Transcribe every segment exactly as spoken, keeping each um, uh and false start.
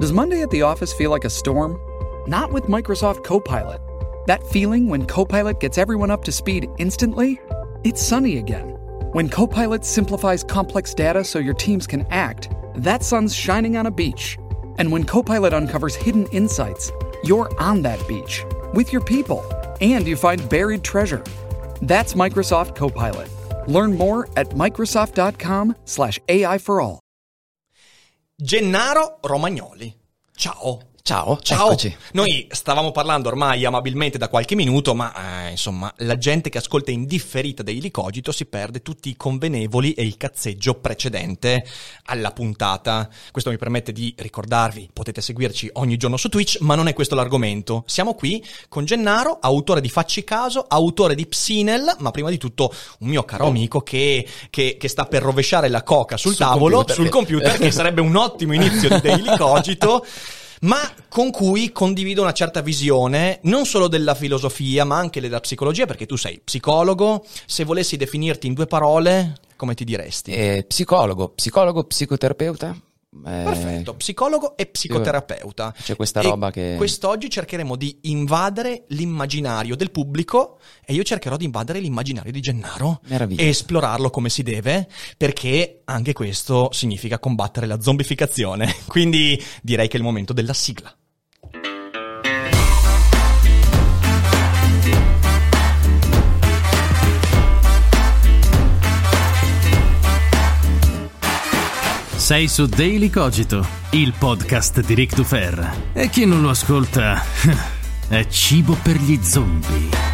Does Monday at the office feel like a storm? Not with Microsoft Copilot. That feeling when Copilot gets everyone up to speed instantly? It's sunny again. When Copilot simplifies complex data so your teams can act, that sun's shining on a beach. And when Copilot uncovers hidden insights, you're on that beach with your people, and you find buried treasure. That's Microsoft Copilot. Learn more at Microsoft.com slash AI for all. Gennaro Romagnoli. Ciao. Ciao, Ciao. Eccoci. Noi stavamo parlando ormai amabilmente da qualche minuto, ma eh, insomma, la gente che ascolta in differita Daily Cogito si perde tutti i convenevoli e il cazzeggio precedente alla puntata. Questo mi permette di ricordarvi, potete seguirci ogni giorno su Twitch, ma non è questo l'argomento. Siamo qui con Gennaro, autore di Facci Caso, autore di Psinel, ma prima di tutto un mio caro amico che, che, che sta per rovesciare la coca sul, sul tavolo, computer. sul computer, che sarebbe un ottimo inizio di Daily Cogito. Ma con cui condivido una certa visione, non solo della filosofia, ma anche della psicologia, perché tu sei psicologo. Se volessi definirti in due parole, come ti diresti? Eh, psicologo, psicologo, psicoterapeuta. Eh, Perfetto, psicologo e psicoterapeuta. C'è questa e roba che... Quest'oggi cercheremo di invadere l'immaginario del pubblico e io cercherò di invadere l'immaginario di Gennaro e esplorarlo come si deve, perché anche questo significa combattere la zombificazione. Quindi direi che è il momento della sigla. Sei su Daily Cogito, il podcast di Ric Dufer. E chi non lo ascolta è cibo per gli zombie.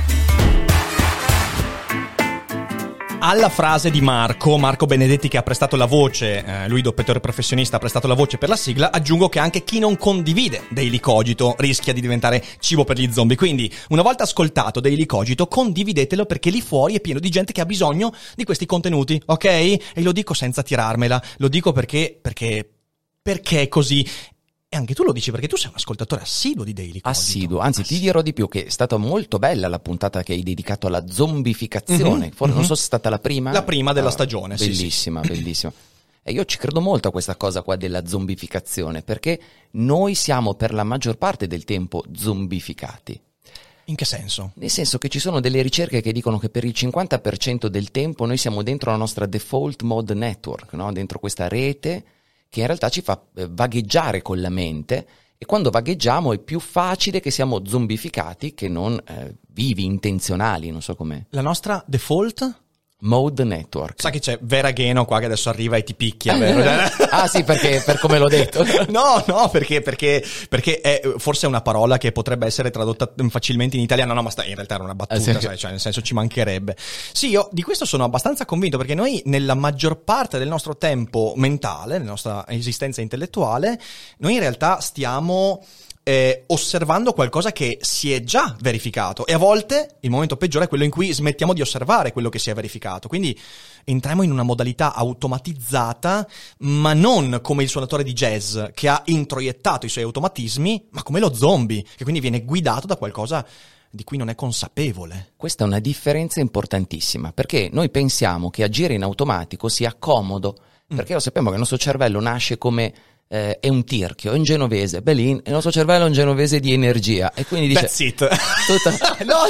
Alla frase di Marco, Marco Benedetti, che ha prestato la voce, eh, lui doppiatore professionista, ha prestato la voce per la sigla, aggiungo che anche chi non condivide Daily Cogito rischia di diventare cibo per gli zombie. Quindi, una volta ascoltato Daily Cogito, condividetelo, perché lì fuori è pieno di gente che ha bisogno di questi contenuti, ok? E lo dico senza tirarmela, lo dico perché, perché, perché è così. E anche tu lo dici perché tu sei un ascoltatore assiduo di Daily Cogito. Assiduo, anzi assiduo. Ti dirò di più che è stata molto bella la puntata che hai dedicato alla zombificazione. Mm-hmm, Forse mm-hmm. non so se è stata la prima. La prima della ah, stagione, bellissima, sì, sì. bellissima. E io ci credo molto a questa cosa qua della zombificazione, perché noi siamo per la maggior parte del tempo zombificati. In che senso? Nel senso che ci sono delle ricerche che dicono che per il cinquanta per cento del tempo noi siamo dentro la nostra default mode network, no? Dentro questa rete che in realtà ci fa vagheggiare con la mente. E quando vagheggiamo è più facile che siamo zombificati che non eh, vivi, intenzionali, non so com'è. La nostra default? Mode network. Sa che c'è Vera Gheno qua che adesso arriva e ti picchia, vero? Ah sì, perché per come l'ho detto. No, no, perché perché perché è forse è una parola che potrebbe essere tradotta facilmente in italiano. No, ma sta, in realtà era una battuta, ah, sì. sai, cioè nel senso ci mancherebbe. Sì, io di questo sono abbastanza convinto, perché noi nella maggior parte del nostro tempo mentale, nella nostra esistenza intellettuale, noi in realtà stiamo Eh, osservando qualcosa che si è già verificato, e a volte il momento peggiore è quello in cui smettiamo di osservare quello che si è verificato. Quindi entriamo in una modalità automatizzata, ma non come il suonatore di jazz che ha introiettato i suoi automatismi, ma come lo zombie che quindi viene guidato da qualcosa di cui non è consapevole. Questa è una differenza importantissima, perché noi pensiamo che agire in automatico sia comodo, perché mm. lo sappiamo che il nostro cervello nasce come Eh, è un tirchio, è un genovese, Belin, il nostro cervello è un genovese di energia, e quindi dice that's it. Tutta... no,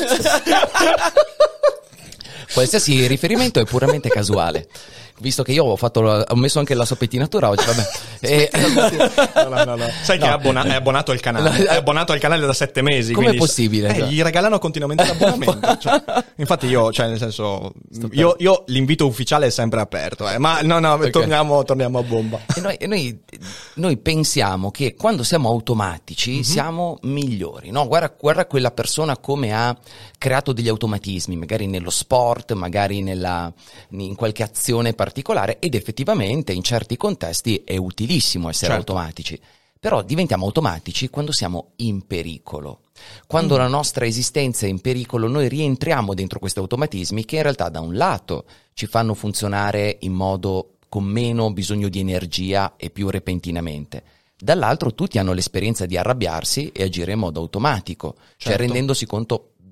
qualsiasi riferimento è puramente casuale, visto che io ho fatto ho messo anche la soppettinatura oggi, vabbè. E... no, no, no, no. Sai no. che è, abbona- è abbonato al canale, è abbonato al canale da sette mesi. Come quindi... è possibile? Eh, gli regalano continuamente l'abbonamento. Cioè, infatti io, cioè nel senso, io, io l'invito ufficiale è sempre aperto, eh. ma no, no, okay. torniamo, torniamo a bomba. E noi, e noi, noi pensiamo che quando siamo automatici mm-hmm. siamo migliori, no? Guarda, guarda quella persona come ha creato degli automatismi, magari nello sport, magari nella, in qualche azione particolare, ed effettivamente in certi contesti è utilissimo essere certo. automatici. Però diventiamo automatici quando siamo in pericolo. Quando mm. la nostra esistenza è in pericolo, noi rientriamo dentro questi automatismi che in realtà da un lato ci fanno funzionare in modo con meno bisogno di energia e più repentinamente. Dall'altro tutti hanno l'esperienza di arrabbiarsi e agire in modo automatico, certo. cioè rendendosi conto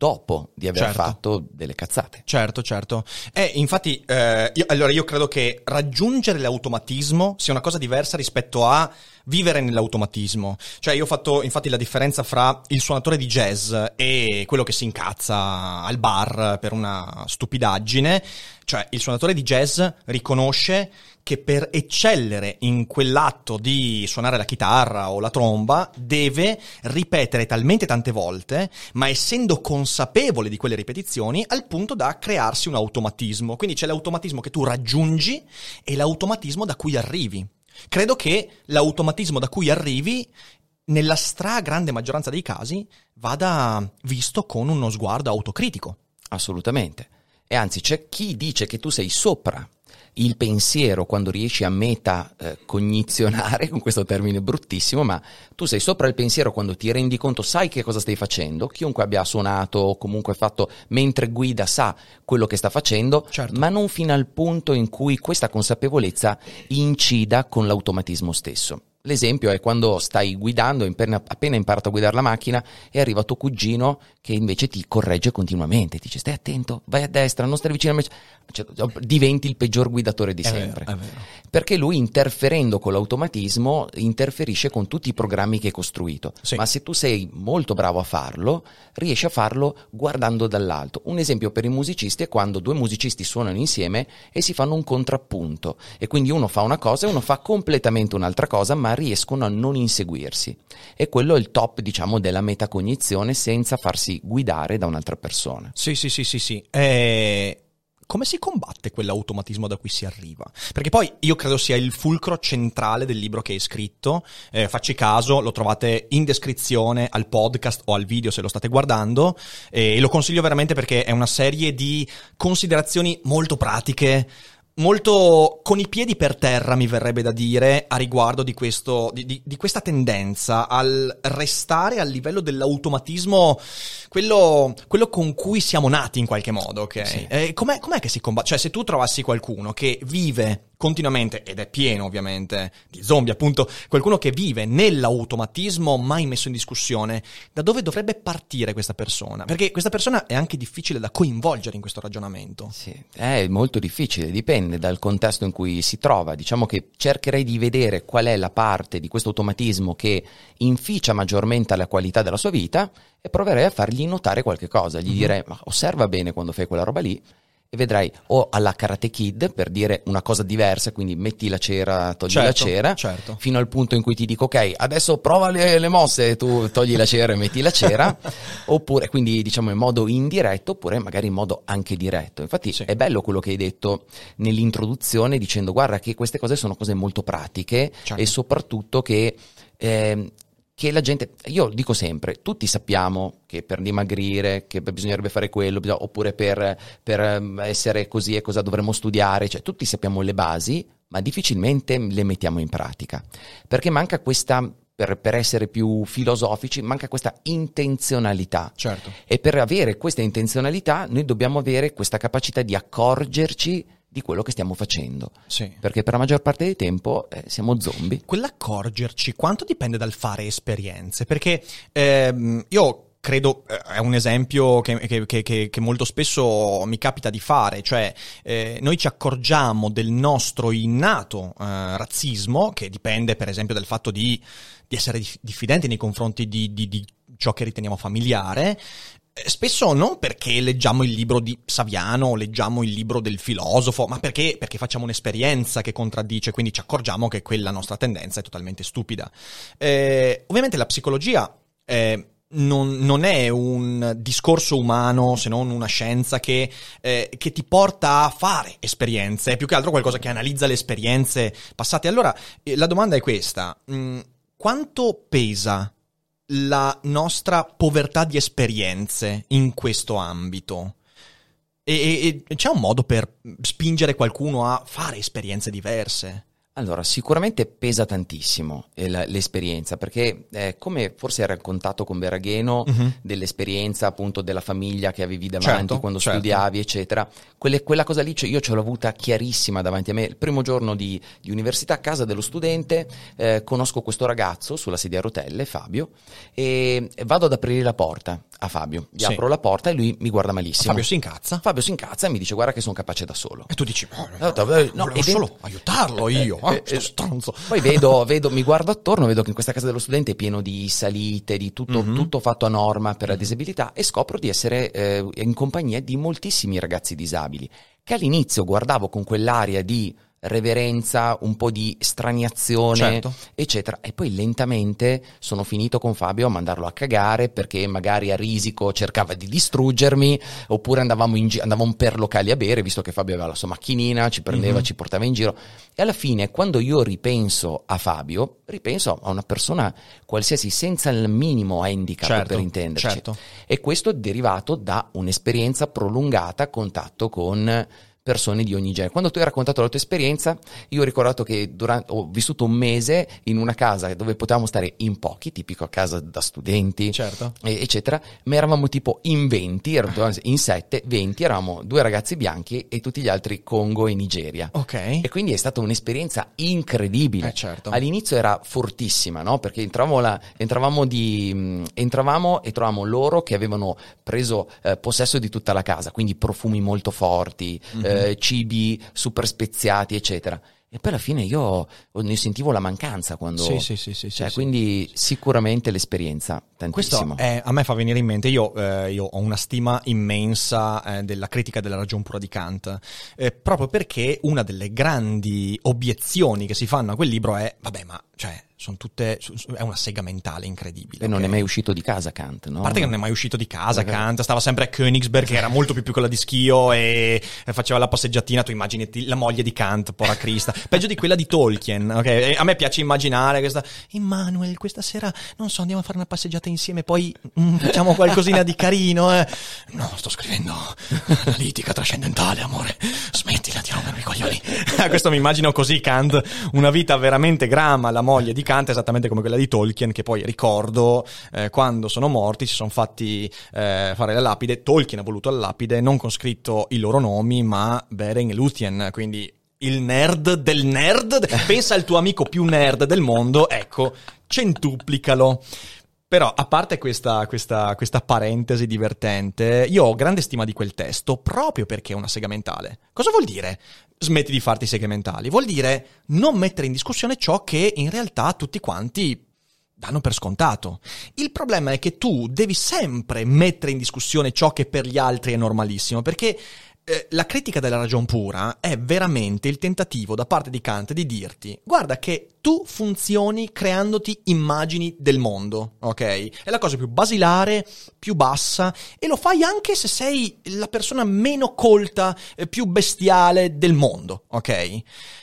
dopo di aver Certo. fatto delle cazzate. Certo, certo. E infatti, eh, io, allora io credo che raggiungere l'automatismo sia una cosa diversa rispetto a vivere nell'automatismo. Cioè io ho fatto infatti la differenza fra il suonatore di jazz e quello che si incazza al bar per una stupidaggine. Cioè il suonatore di jazz riconosce che per eccellere in quell'atto di suonare la chitarra o la tromba deve ripetere talmente tante volte, ma essendo consapevole di quelle ripetizioni al punto da crearsi un automatismo. Quindi c'è l'automatismo che tu raggiungi e l'automatismo da cui arrivi. Credo che l'automatismo da cui arrivi, nella stragrande maggioranza dei casi, vada visto con uno sguardo autocritico. Assolutamente. E anzi, c'è chi dice che tu sei sopra il pensiero quando riesci a meta eh, cognizionare, con questo termine bruttissimo, ma tu sei sopra il pensiero quando ti rendi conto, sai che cosa stai facendo, chiunque abbia suonato o comunque fatto mentre guida sa quello che sta facendo, Certo. ma non fino al punto in cui questa consapevolezza incida con l'automatismo stesso. L'esempio è quando stai guidando, appena, appena imparato a guidare la macchina e arriva tuo cugino che invece ti corregge continuamente, ti dice stai attento, vai a destra, non stare vicino a me, cioè, diventi il peggior guidatore di È sempre. vero, è vero. Perché lui, interferendo con l'automatismo, interferisce con tutti i programmi che hai costruito. Sì. Ma se tu sei molto bravo a farlo, riesci a farlo guardando dall'alto. Un esempio per i musicisti è quando due musicisti suonano insieme e si fanno un contrappunto e quindi uno fa una cosa e uno fa completamente un'altra cosa, ma riescono a non inseguirsi. E quello è il top, diciamo, della metacognizione senza farsi guidare da un'altra persona. Sì, sì, sì, sì, sì. E come si combatte quell'automatismo da cui si arriva? Perché poi io credo sia il fulcro centrale del libro che hai scritto. Eh, facci caso, lo trovate in descrizione al podcast o al video se lo state guardando, e lo consiglio veramente perché è una serie di considerazioni molto pratiche, molto con i piedi per terra, mi verrebbe da dire, a riguardo di questo di, di, di questa tendenza al restare al livello dell'automatismo, quello, quello con cui siamo nati in qualche modo, ok? Sì. Eh, com'è, com'è che si combatte? Cioè, se tu trovassi qualcuno che vive continuamente, ed è pieno ovviamente di zombie, appunto, qualcuno che vive nell'automatismo mai messo in discussione, da dove dovrebbe partire questa persona? Perché questa persona è anche difficile da coinvolgere in questo ragionamento. Sì, è molto difficile, dipende dal contesto in cui si trova. Diciamo che cercherei di vedere qual è la parte di questo automatismo che inficia maggiormente la qualità della sua vita e proverei a fargli notare qualche cosa, gli Mhm. direi ma osserva bene quando fai quella roba lì e vedrai, o alla Karate Kid, per dire una cosa diversa, quindi metti la cera, togli la Certo, cera, certo. fino al punto in cui ti dico ok, adesso prova le, le mosse, tu togli la cera e metti la cera, oppure quindi diciamo in modo indiretto, oppure magari in modo anche diretto. Infatti Sì. è bello quello che hai detto nell'introduzione dicendo guarda che queste cose sono cose molto pratiche Certo. e soprattutto che... ehm, che la gente, io dico sempre, tutti sappiamo che per dimagrire, che bisognerebbe fare quello, bisog- oppure per, per ehm, essere così e cosa dovremmo studiare, cioè tutti sappiamo le basi, ma difficilmente le mettiamo in pratica, perché manca questa, per, per essere più filosofici, manca questa intenzionalità. Certo. E per avere questa intenzionalità noi dobbiamo avere questa capacità di accorgerci di quello che stiamo facendo, Sì. perché per la maggior parte del tempo eh, siamo zombie. Quell'accorgerci, quanto dipende dal fare esperienze? Perché ehm, io credo, eh, è un esempio che, che, che, che, che molto spesso mi capita di fare, cioè eh, noi ci accorgiamo del nostro innato eh, razzismo, che dipende per esempio dal fatto di, di essere dif- diffidenti nei confronti di, di, di ciò che riteniamo familiare. Spesso non perché leggiamo il libro di Saviano o leggiamo il libro del filosofo, ma perché, perché facciamo un'esperienza che contraddice, quindi ci accorgiamo che quella nostra tendenza è totalmente stupida. Eh, ovviamente la psicologia eh, non, non è un discorso umano, se non una scienza che, eh, che ti porta a fare esperienze, è più che altro qualcosa che analizza le esperienze passate. Allora, eh, la domanda è questa: mh, quanto pesa la nostra povertà di esperienze in questo ambito? E, e, e c'è un modo per spingere qualcuno a fare esperienze diverse? Allora, sicuramente pesa tantissimo eh, la, l'esperienza, perché eh, come forse hai raccontato con Beragheno uh-huh. dell'esperienza appunto della famiglia che avevi davanti certo, quando certo. studiavi, eccetera, quelle, quella cosa lì cioè, io ce l'ho avuta chiarissima davanti a me. Il primo giorno di, di università, a casa dello studente, eh, conosco questo ragazzo sulla sedia a rotelle, Fabio, e vado ad aprire la porta a Fabio. Gli sì. apro la porta e lui mi guarda malissimo. Fabio si incazza? Fabio si incazza e mi dice guarda che sono capace da solo. E tu dici, oh, no, no, no, no, volevo solo aiutarlo io. Eh, eh, eh, stronzo. Poi vedo, vedo, mi guardo attorno, vedo che in questa casa dello studente è pieno di salite, di tutto, mm-hmm. tutto fatto a norma per la disabilità, e scopro di essere eh, in compagnia di moltissimi ragazzi disabili, che all'inizio guardavo con quell'aria di reverenza, un po' di straniazione, certo. eccetera, e poi lentamente sono finito con Fabio a mandarlo a cagare perché magari a risico cercava di distruggermi, oppure andavamo, in gi- andavamo per locali a bere, visto che Fabio aveva la sua macchinina, ci prendeva, mm-hmm. ci portava in giro. E alla fine, quando io ripenso a Fabio, ripenso a una persona qualsiasi senza il minimo handicap, certo, per intenderci, certo. e questo è derivato da un'esperienza prolungata a contatto con persone di ogni genere. Quando tu hai raccontato la tua esperienza, io ho ricordato che durante, ho vissuto un mese in una casa dove potevamo stare in pochi, tipico a casa da studenti, certo. e, eccetera, ma eravamo tipo in venti, in sette, venti, eravamo due ragazzi bianchi e tutti gli altri Congo e Nigeria. Ok. E quindi è stata un'esperienza incredibile. Eh, certo. All'inizio era fortissima, no? Perché entravamo, la, entravamo, di, mh, entravamo e trovavamo loro che avevano preso eh, possesso di tutta la casa, quindi profumi molto forti, mm-hmm. eh, cibi super speziati, eccetera. E poi alla fine io ne sentivo la mancanza quando... Sì, sì, sì. sì, cioè, sì quindi sì. sicuramente l'esperienza, tantissimo. Questo è, a me fa venire in mente, io, eh, io ho una stima immensa eh, della critica della ragion pura di Kant, eh, proprio perché una delle grandi obiezioni che si fanno a quel libro è, vabbè, ma cioè... sono tutte, è una sega mentale incredibile. E non okay? è mai uscito di casa Kant, no? A parte che non è mai uscito di casa Kant, stava sempre a Königsberg, che era molto più piccola di Schio, e faceva la passeggiatina, tu immagini la moglie di Kant, porca Crista, peggio di quella di Tolkien, ok? E a me piace immaginare questa, Immanuel, questa sera, non so, andiamo a fare una passeggiata insieme, poi mm, facciamo qualcosina di carino, eh. No, sto scrivendo analitica trascendentale, amore, smettila di rompermi i coglioni. Questo mi immagino così Kant, una vita veramente grama, la moglie di Kant, esattamente come quella di Tolkien, che poi ricordo eh, quando sono morti si sono fatti eh, fare la lapide. Tolkien ha voluto la lapide non con scritto i loro nomi, ma Beren e Luthien, quindi il nerd del nerd. Pensa al tuo amico più nerd del mondo, ecco, centuplicalo. Però, a parte questa, questa, questa parentesi divertente, io ho grande stima di quel testo proprio perché è una sega mentale. Cosa vuol dire? Smetti di farti seghe mentali. Vuol dire non mettere in discussione ciò che in realtà tutti quanti danno per scontato. Il problema è che tu devi sempre mettere in discussione ciò che per gli altri è normalissimo, perché eh, la critica della ragion pura è veramente il tentativo da parte di Kant di dirti guarda che tu funzioni creandoti immagini del mondo, ok? È la cosa più basilare, più bassa, e lo fai anche se sei la persona meno colta, eh, più bestiale del mondo, ok?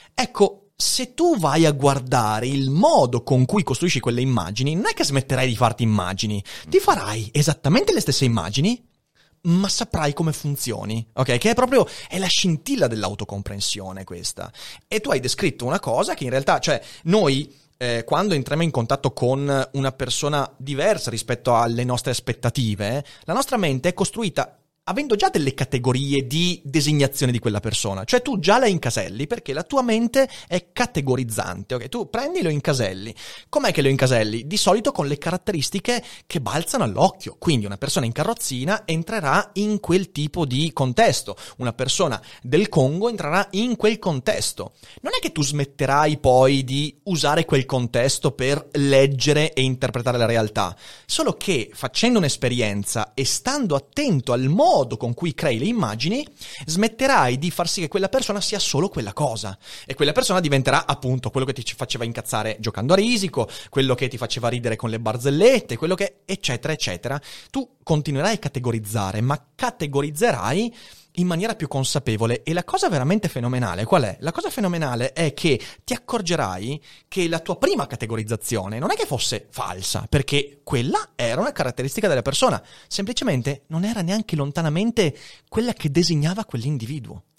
Ecco, se tu vai a guardare il modo con cui costruisci quelle immagini, non è che smetterai di farti immagini, ti farai esattamente le stesse immagini, ma saprai come funzioni, ok? Che è proprio, è la scintilla dell'autocomprensione questa. E tu hai descritto una cosa che in realtà, cioè, noi eh, quando entriamo in contatto con una persona diversa rispetto alle nostre aspettative, la nostra mente è costruita avendo già delle categorie di designazione di quella persona, cioè tu già la incaselli perché la tua mente è categorizzante, ok? Tu prendi e lo incaselli. Com'è che lo incaselli? Di solito con le caratteristiche che balzano all'occhio, quindi una persona in carrozzina entrerà in quel tipo di contesto, una persona del Congo entrerà in quel contesto. Non è che tu smetterai poi di usare quel contesto per leggere e interpretare la realtà, solo che facendo un'esperienza e stando attento al modo con cui crei le immagini, smetterai di far sì che quella persona sia solo quella cosa, e quella persona diventerà appunto quello che ti faceva incazzare giocando a risico, quello che ti faceva ridere con le barzellette, quello che eccetera eccetera. Tu continuerai a categorizzare, ma categorizzerai in maniera più consapevole. E la cosa veramente fenomenale qual è? La cosa fenomenale è che ti accorgerai che la tua prima categorizzazione non è che fosse falsa, perché quella era una caratteristica della persona, semplicemente non era neanche lontanamente quella che designava quell'individuo.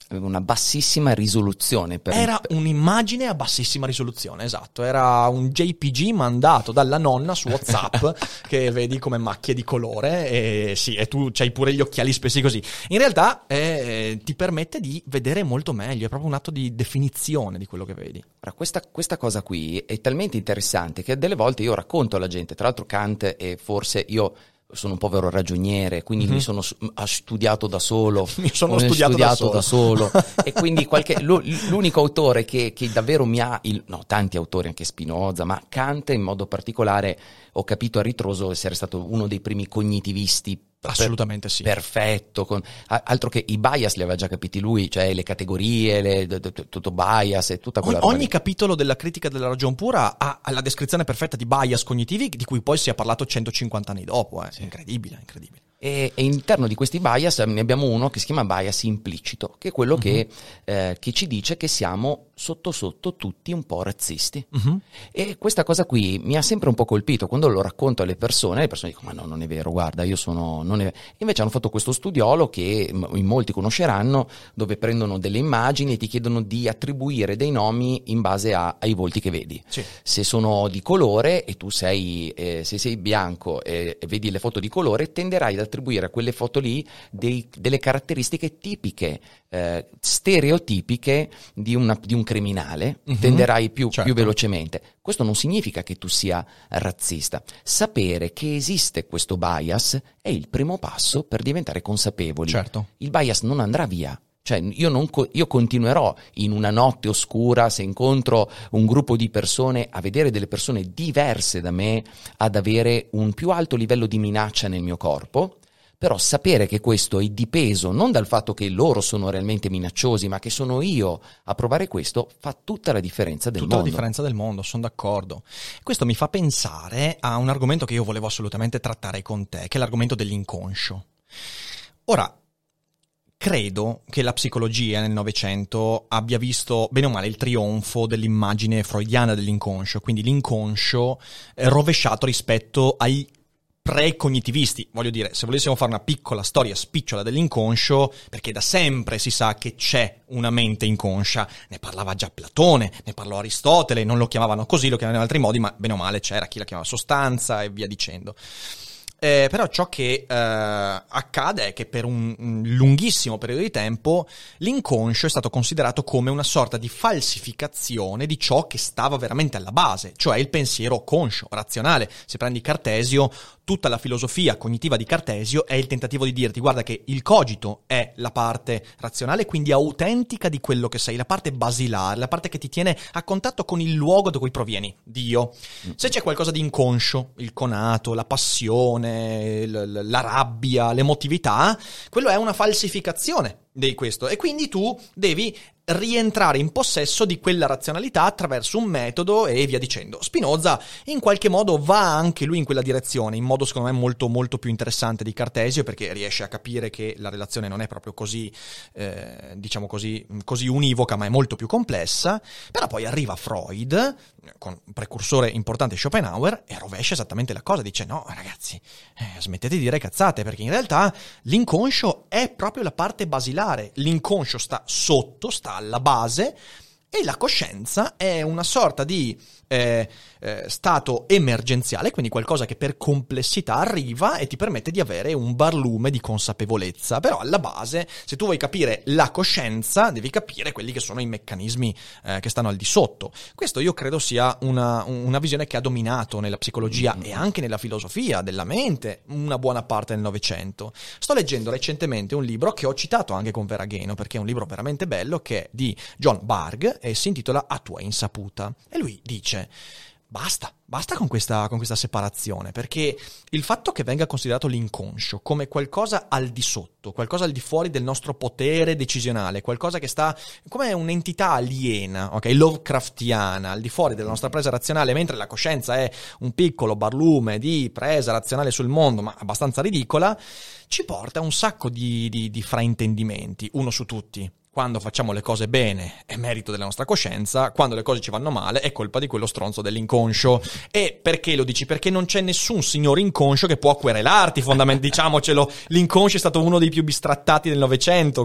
una bassissima risoluzione. Per Era un'immagine a bassissima risoluzione, esatto, era un J P G mandato dalla nonna su WhatsApp che vedi come macchie di colore, e sì, e tu c'hai pure gli occhiali spessi così. In realtà eh, ti permette di vedere molto meglio, è proprio un atto di definizione di quello che vedi. Ora, questa, questa cosa qui è talmente interessante che delle volte io racconto alla gente, tra l'altro Kant, e forse io sono un povero ragioniere, quindi mm-hmm. mi sono ho studiato da solo, mi sono studiato, studiato da solo, da solo. E quindi qualche, l'unico autore che, che davvero mi ha, il, no, tanti autori, anche Spinoza, ma Kant in modo particolare ho capito a ritroso essere stato uno dei primi cognitivisti. Assolutamente per, sì. Perfetto, con, altro che i bias li aveva già capiti lui, cioè le categorie, le, tutto bias e tutta quella roba. Ogni capitolo della critica della ragion pura ha la descrizione perfetta di bias cognitivi di cui poi si è parlato centocinquanta anni dopo, eh. Sì. Incredibile, incredibile. E, e all'interno di questi bias ne abbiamo uno che si chiama bias implicito, che è quello uh-huh. che, eh, che ci dice che siamo sotto sotto tutti un po' razzisti. Uh-huh. E questa cosa qui mi ha sempre un po' colpito. Quando lo racconto alle persone, le persone dicono: ma no, non è vero, guarda, io sono... non è... Invece hanno fatto questo studiolo che in molti conosceranno, dove prendono delle immagini e ti chiedono di attribuire dei nomi in base a, ai volti che vedi. Sì. Se sono di colore e tu sei, eh, se sei bianco e, e vedi le foto di colore, tenderai ad attribuire a quelle foto lì dei, delle caratteristiche tipiche, eh, stereotipiche di, una, di un criminale, uh-huh. tenderai più, certo. più velocemente. Questo non significa che tu sia razzista. Sapere che esiste questo bias è il primo passo per diventare consapevoli. Certo. Il bias non andrà via. Cioè io, non co- io continuerò in una notte oscura, se incontro un gruppo di persone, a vedere delle persone diverse da me, ad avere un più alto livello di minaccia nel mio corpo. Però sapere che questo è dipeso non dal fatto che loro sono realmente minacciosi, ma che sono io a provare questo, fa tutta la differenza del tutta mondo. Tutta la differenza del mondo, sono d'accordo. Questo mi fa pensare a un argomento che io volevo assolutamente trattare con te, che è l'argomento dell'inconscio. Ora, credo che la psicologia nel Novecento abbia visto bene o male il trionfo dell'immagine freudiana dell'inconscio, quindi l'inconscio rovesciato rispetto ai pre-cognitivisti. Voglio dire, se volessimo fare una piccola storia spicciola dell'inconscio, perché da sempre si sa che c'è una mente inconscia, ne parlava già Platone, ne parlò Aristotele, non lo chiamavano così, lo chiamavano in altri modi, ma bene o male c'era chi la chiamava sostanza e via dicendo. Eh, però ciò che eh, accade è che per un, un lunghissimo periodo di tempo l'inconscio è stato considerato come una sorta di falsificazione di ciò che stava veramente alla base, cioè il pensiero conscio, razionale. Se prendi Cartesio, tutta la filosofia cognitiva di Cartesio è il tentativo di dirti: guarda che il cogito è la parte razionale, quindi autentica di quello che sei, la parte basilare, la parte che ti tiene a contatto con il luogo da cui provieni, Dio. Se c'è qualcosa di inconscio, il conato, la passione, la rabbia, l'emotività, quello è una falsificazione di questo, e quindi tu devi rientrare in possesso di quella razionalità attraverso un metodo e via dicendo. Spinoza in qualche modo va anche lui in quella direzione, in modo secondo me molto molto più interessante di Cartesio, perché riesce a capire che la relazione non è proprio così eh, diciamo così così univoca, ma è molto più complessa. Però poi arriva Freud, con un precursore importante Schopenhauer, e rovescia esattamente la cosa, dice: no ragazzi, eh, smettete di dire cazzate, perché in realtà l'inconscio è proprio la parte basilare, l'inconscio sta sotto, sta alla base, e la coscienza è una sorta di eh, eh, stato emergenziale, quindi qualcosa che per complessità arriva e ti permette di avere un barlume di consapevolezza. Però alla base, se tu vuoi capire la coscienza, devi capire quelli che sono i meccanismi eh, che stanno al di sotto. Questo io credo sia una, una visione che ha dominato nella psicologia mm-hmm. e anche nella filosofia della mente una buona parte del Novecento. Sto leggendo recentemente un libro che ho citato anche con Veragheno, perché è un libro veramente bello, che è di John Bargh e si intitola A tua insaputa, e lui dice: basta, basta con questa, con questa separazione, perché il fatto che venga considerato l'inconscio come qualcosa al di sotto, qualcosa al di fuori del nostro potere decisionale, qualcosa che sta come un'entità aliena, ok, Lovecraftiana, al di fuori della nostra presa razionale, mentre la coscienza è un piccolo barlume di presa razionale sul mondo, ma abbastanza ridicola, ci porta a un sacco di, di, di fraintendimenti. Uno su tutti: Quando facciamo le cose bene è merito della nostra coscienza, quando le cose ci vanno male è colpa di quello stronzo dell'inconscio. E perché lo dici? Perché non c'è nessun signore inconscio che può querelarti, fondamentalmente, diciamocelo. L'inconscio è stato uno dei più bistrattati del Novecento,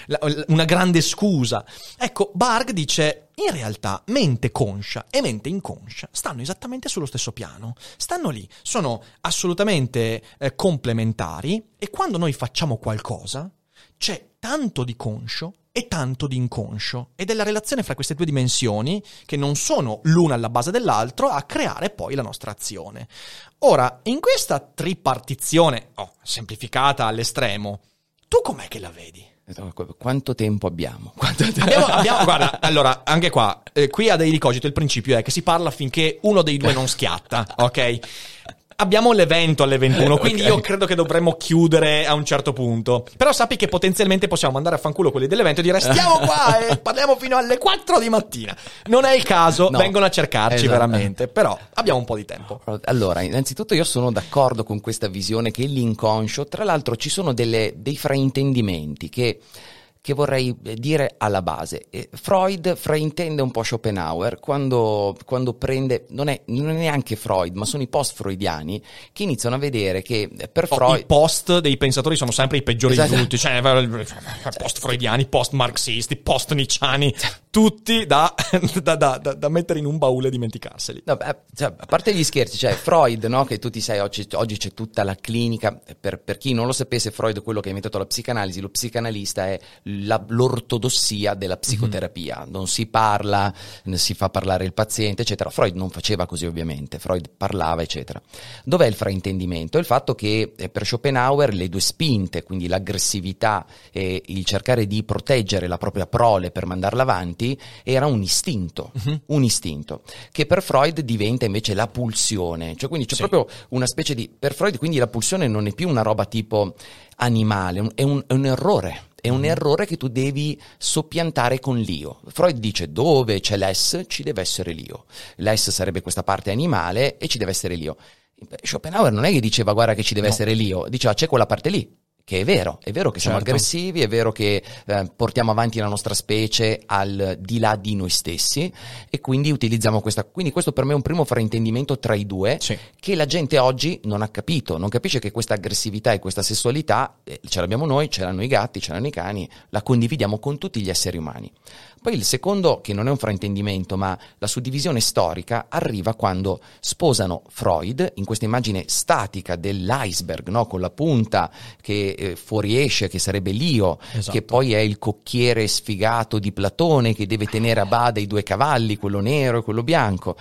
una grande scusa. Ecco, Bargh dice: in realtà mente conscia e mente inconscia stanno esattamente sullo stesso piano, stanno lì, sono assolutamente eh, complementari, e quando noi facciamo qualcosa c'è tanto di conscio e tanto di inconscio, ed è la relazione fra queste due dimensioni, che non sono l'una alla base dell'altro, a creare poi la nostra azione. Ora, in questa tripartizione, oh, semplificata all'estremo, tu com'è che la vedi? Quanto tempo abbiamo? Quanto tempo? Abbiamo, abbiamo guarda, allora, anche qua, eh, qui a Daily Cogito il principio è che si parla finché uno dei due non schiatta, ok? Abbiamo l'evento alle ventuno, quindi okay. Io credo che dovremmo chiudere a un certo punto. Però sappi che potenzialmente possiamo mandare a fanculo quelli dell'evento e dire: stiamo qua e parliamo fino alle quattro di mattina. Non è il caso, no. Vengono a cercarci, esatto. Veramente. Però abbiamo un po' di tempo. Allora, innanzitutto io sono d'accordo con questa visione che l'inconscio, tra l'altro ci sono delle, dei fraintendimenti che... che vorrei dire alla base. Freud fraintende un po' Schopenhauer quando, quando prende, non è, non è neanche Freud, ma sono i post-freudiani che iniziano a vedere che per oh, Freud... I post dei pensatori sono sempre i peggiori esatto. di tutti, cioè post-freudiani, post-marxisti, post-nicciani, tutti da, da, da, da, da mettere in un baule e dimenticarseli. No, beh, cioè, a parte gli scherzi, cioè Freud, no, che tu ti sai, oggi, oggi c'è tutta la clinica, per, per chi non lo sapesse, Freud, quello che ha inventato la psicanalisi, lo psicanalista è La, l'ortodossia della psicoterapia, mm-hmm. Non si parla, si fa parlare il paziente, eccetera. Freud non faceva così, ovviamente, Freud parlava, eccetera. Dov'è il fraintendimento? È il fatto che eh, per Schopenhauer le due spinte, quindi l'aggressività e il cercare di proteggere la propria prole per mandarla avanti, era un istinto, mm-hmm. un istinto, che per Freud diventa invece la pulsione, cioè quindi c'è sì. proprio una specie di, per Freud quindi la pulsione non è più una roba tipo animale, è un, è un errore. È un errore che tu devi soppiantare con l'io. Freud dice: dove c'è l'es ci deve essere l'io. L'es sarebbe questa parte animale e ci deve essere l'io. Schopenhauer non è che diceva guarda che ci deve no. essere l'io, diceva c'è quella parte lì. Che è vero, è vero che siamo certo. aggressivi, è vero che eh, portiamo avanti la nostra specie al di là di noi stessi, e quindi utilizziamo questa. Quindi questo per me è un primo fraintendimento tra i due, sì. che la gente oggi non ha capito, non capisce che questa aggressività e questa sessualità eh, ce l'abbiamo noi, ce l'hanno i gatti, ce l'hanno i cani, la condividiamo con tutti gli esseri umani. Poi il secondo, che non è un fraintendimento, ma la suddivisione storica, arriva quando sposano Freud in questa immagine statica dell'iceberg, no? Con la punta che eh, fuoriesce, che sarebbe l'io, esatto. che poi è il cocchiere sfigato di Platone che deve tenere a bada i due cavalli, quello nero e quello bianco.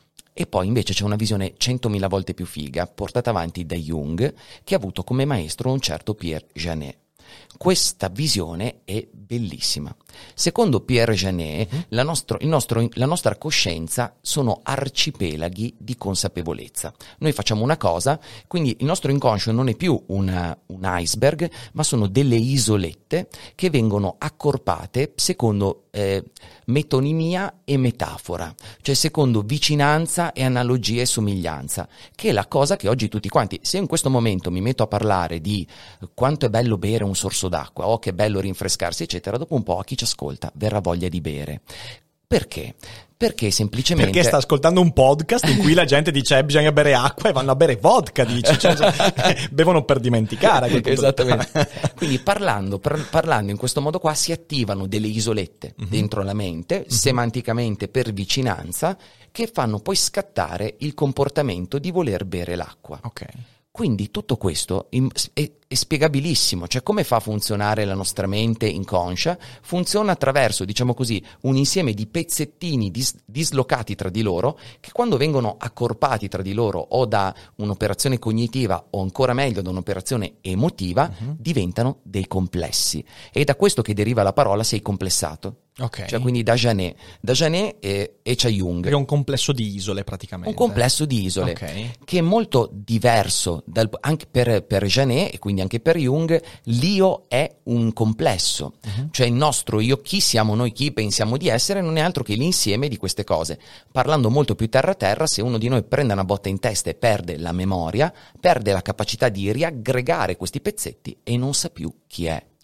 E poi invece c'è una visione centomila volte più figa, portata avanti da Jung, che ha avuto come maestro un certo Pierre Janet. Questa visione è bellissima. Secondo Pierre Janet, mm-hmm. la, nostro, il nostro, la nostra coscienza sono arcipelaghi di consapevolezza. Noi facciamo una cosa, quindi il nostro inconscio non è più una, un iceberg, ma sono delle isolette che vengono accorpate secondo eh, metonimia e metafora, cioè secondo vicinanza e analogia e somiglianza, che è la cosa che oggi tutti quanti, se in questo momento mi metto a parlare di quanto è bello bere un sorso d'acqua, o che è bello rinfrescarsi, eccetera, dopo un po' a chi ci ascolta verrà voglia di bere. Perché? Perché semplicemente... Perché sta ascoltando un podcast in cui la gente dice eh, bisogna bere acqua e vanno a bere vodka, dici, cioè, cioè, bevono per dimenticare. Esattamente. Quindi parlando, par- parlando in questo modo qua si attivano delle isolette mm-hmm. dentro la mente, mm-hmm. semanticamente per vicinanza, che fanno poi scattare il comportamento di voler bere l'acqua. Ok. Quindi tutto questo è, è spiegabilissimo, cioè come fa a funzionare la nostra mente inconscia? Funziona attraverso, diciamo così, un insieme di pezzettini dis, dislocati tra di loro, che quando vengono accorpati tra di loro o da un'operazione cognitiva o ancora meglio da un'operazione emotiva, uh-huh. diventano dei complessi. E da questo che deriva la parola sei complessato. Okay. Cioè quindi da Janet, da Janet e, e c'è Jung. È un complesso di isole praticamente. Un complesso di isole okay. che è molto diverso dal, anche per, per Janet e quindi anche per Jung. L'io è un complesso, uh-huh. cioè il nostro io, chi siamo noi, chi pensiamo di essere, non è altro che l'insieme di queste cose. Parlando molto più terra a terra, se uno di noi prende una botta in testa e perde la memoria, perde la capacità di riaggregare questi pezzetti e non sa più chi è.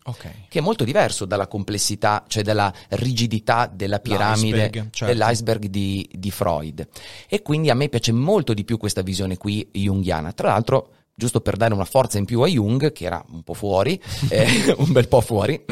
Okay. Che è molto diverso dalla complessità, cioè dalla rigidità della piramide, L'iceberg, certo. dell'iceberg di, di Freud. E quindi a me piace molto di più questa visione qui junghiana. Tra l'altro, giusto per dare una forza in più a Jung, che era un po' fuori, eh, un bel po' fuori,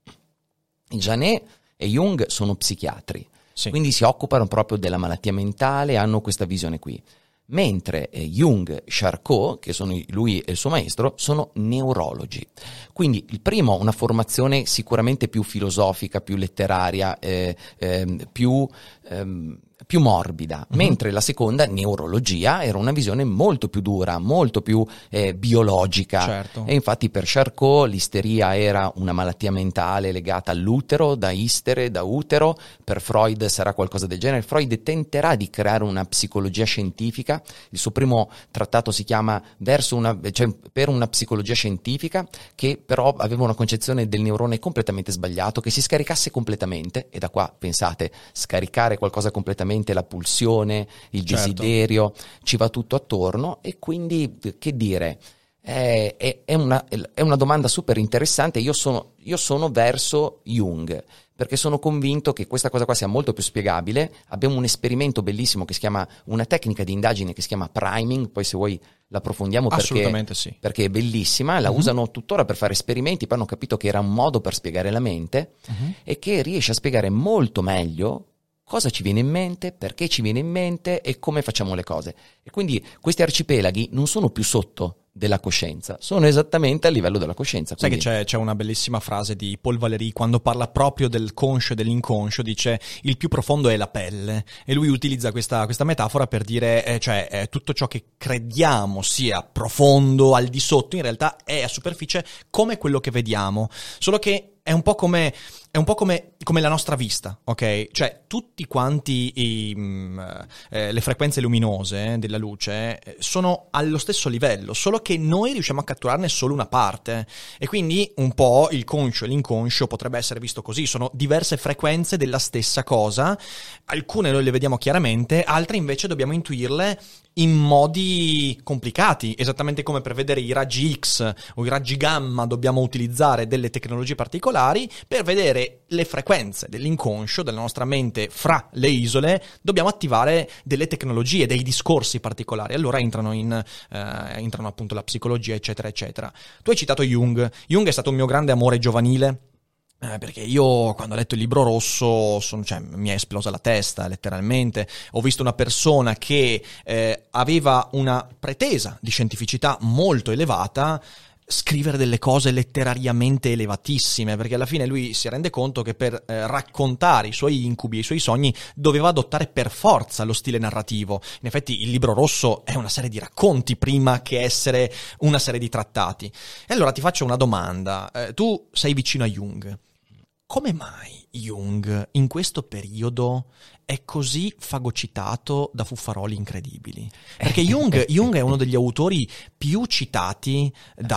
Janet e Jung sono psichiatri, sì. quindi si occupano proprio della malattia mentale, hanno questa visione qui. Mentre eh, Jung e Charcot, che sono lui e il suo maestro, sono neurologi. Quindi il primo, una formazione sicuramente più filosofica, più letteraria, eh, eh, più, ehm, più morbida, uh-huh. mentre la seconda, neurologia, era una visione molto più dura, molto più eh, biologica. Certo. E infatti per Charcot l'isteria era una malattia mentale legata all'utero, da istere, da utero. Per Freud sarà qualcosa del genere. Freud tenterà di creare una psicologia scientifica. Il suo primo trattato si chiama Verso una, cioè per una psicologia scientifica, che però aveva una concezione del neurone completamente sbagliato, che si scaricasse completamente, e da qua pensate, scaricare qualcosa completamente, la pulsione, il certo. desiderio, ci va tutto attorno. E quindi, che dire, è, è, è, una, è una domanda super interessante. Io sono, io sono verso Jung, perché sono convinto che questa cosa qua sia molto più spiegabile. Abbiamo un esperimento bellissimo che si chiama, una tecnica di indagine che si chiama priming, poi se vuoi l'approfondiamo perché, Assolutamente sì. perché è bellissima, la uh-huh. usano tuttora per fare esperimenti, poi hanno capito che era un modo per spiegare la mente uh-huh. e che riesce a spiegare molto meglio cosa ci viene in mente, perché ci viene in mente e come facciamo le cose. E quindi questi arcipelaghi non sono più sotto della coscienza, sono esattamente a livello della coscienza. Sai quindi... che c'è, c'è una bellissima frase di Paul Valéry quando parla proprio del conscio e dell'inconscio, dice il più profondo è la pelle, e lui utilizza questa, questa metafora per dire eh, cioè eh, tutto ciò che crediamo sia profondo, al di sotto, in realtà è a superficie come quello che vediamo, solo che è un po' come è un po' come, come la nostra vista, ok? Cioè tutti quanti i, mh, eh, le frequenze luminose eh, della luce eh, sono allo stesso livello, solo che noi riusciamo a catturarne solo una parte, e quindi un po' il conscio e l'inconscio potrebbe essere visto così, sono diverse frequenze della stessa cosa, alcune noi le vediamo chiaramente, altre invece dobbiamo intuirle in modi complicati, esattamente come per vedere i raggi X o i raggi gamma dobbiamo utilizzare delle tecnologie particolari, per vedere le frequenze dell'inconscio, della nostra mente fra le isole, dobbiamo attivare delle tecnologie, dei discorsi particolari, allora entrano in eh, entrano appunto la psicologia, eccetera, eccetera. Tu hai citato Jung. Jung è stato un mio grande amore giovanile, Eh, perché io quando ho letto il Libro Rosso sono, cioè, mi è esplosa la testa letteralmente. Ho visto una persona che eh, aveva una pretesa di scientificità molto elevata scrivere delle cose letterariamente elevatissime, perché alla fine lui si rende conto che per eh, raccontare i suoi incubi e i suoi sogni doveva adottare per forza lo stile narrativo. In effetti il Libro Rosso è una serie di racconti prima che essere una serie di trattati. E allora ti faccio una domanda, eh, tu sei vicino a Jung. Come mai Jung in questo periodo è così fagocitato da fuffaroli incredibili? Perché Jung, Jung è uno degli autori più citati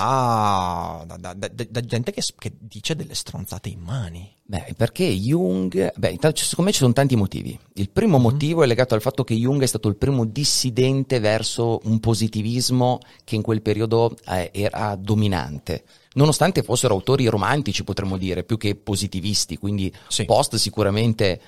da, da, da, da, da gente che, che dice delle stronzate immani. Beh, perché Jung... Beh, intanto, secondo me ci sono tanti motivi. Il primo mm-hmm. motivo è legato al fatto che Jung è stato il primo dissidente verso un positivismo che in quel periodo eh, era dominante. Nonostante fossero autori romantici, potremmo dire, più che positivisti, quindi sì. post sicuramente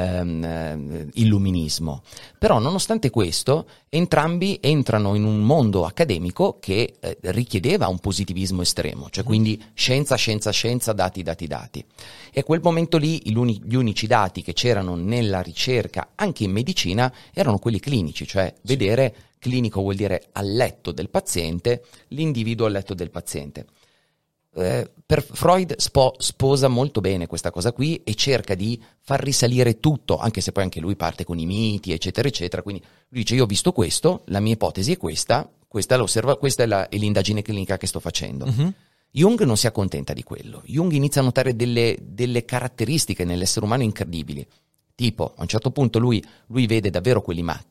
ehm, illuminismo. Però nonostante questo, entrambi entrano in un mondo accademico che eh, richiedeva un positivismo estremo, cioè quindi scienza, scienza, scienza, dati, dati, dati. E a quel momento lì gli unici dati che c'erano nella ricerca, anche in medicina, erano quelli clinici, cioè sì. vedere, clinico vuol dire al letto del paziente, l'individuo al letto del paziente. Eh, per Freud spo, sposa molto bene questa cosa qui e cerca di far risalire tutto, anche se poi anche lui parte con i miti, eccetera, eccetera. Quindi lui dice: io ho visto questo, la mia ipotesi è questa, questa, l'osserva, questa è, la, è l'indagine clinica che sto facendo. Uh-huh. Jung non si accontenta di quello. Jung inizia a notare delle, delle caratteristiche nell'essere umano incredibili. Tipo, a un certo punto lui, lui vede davvero quelli matti,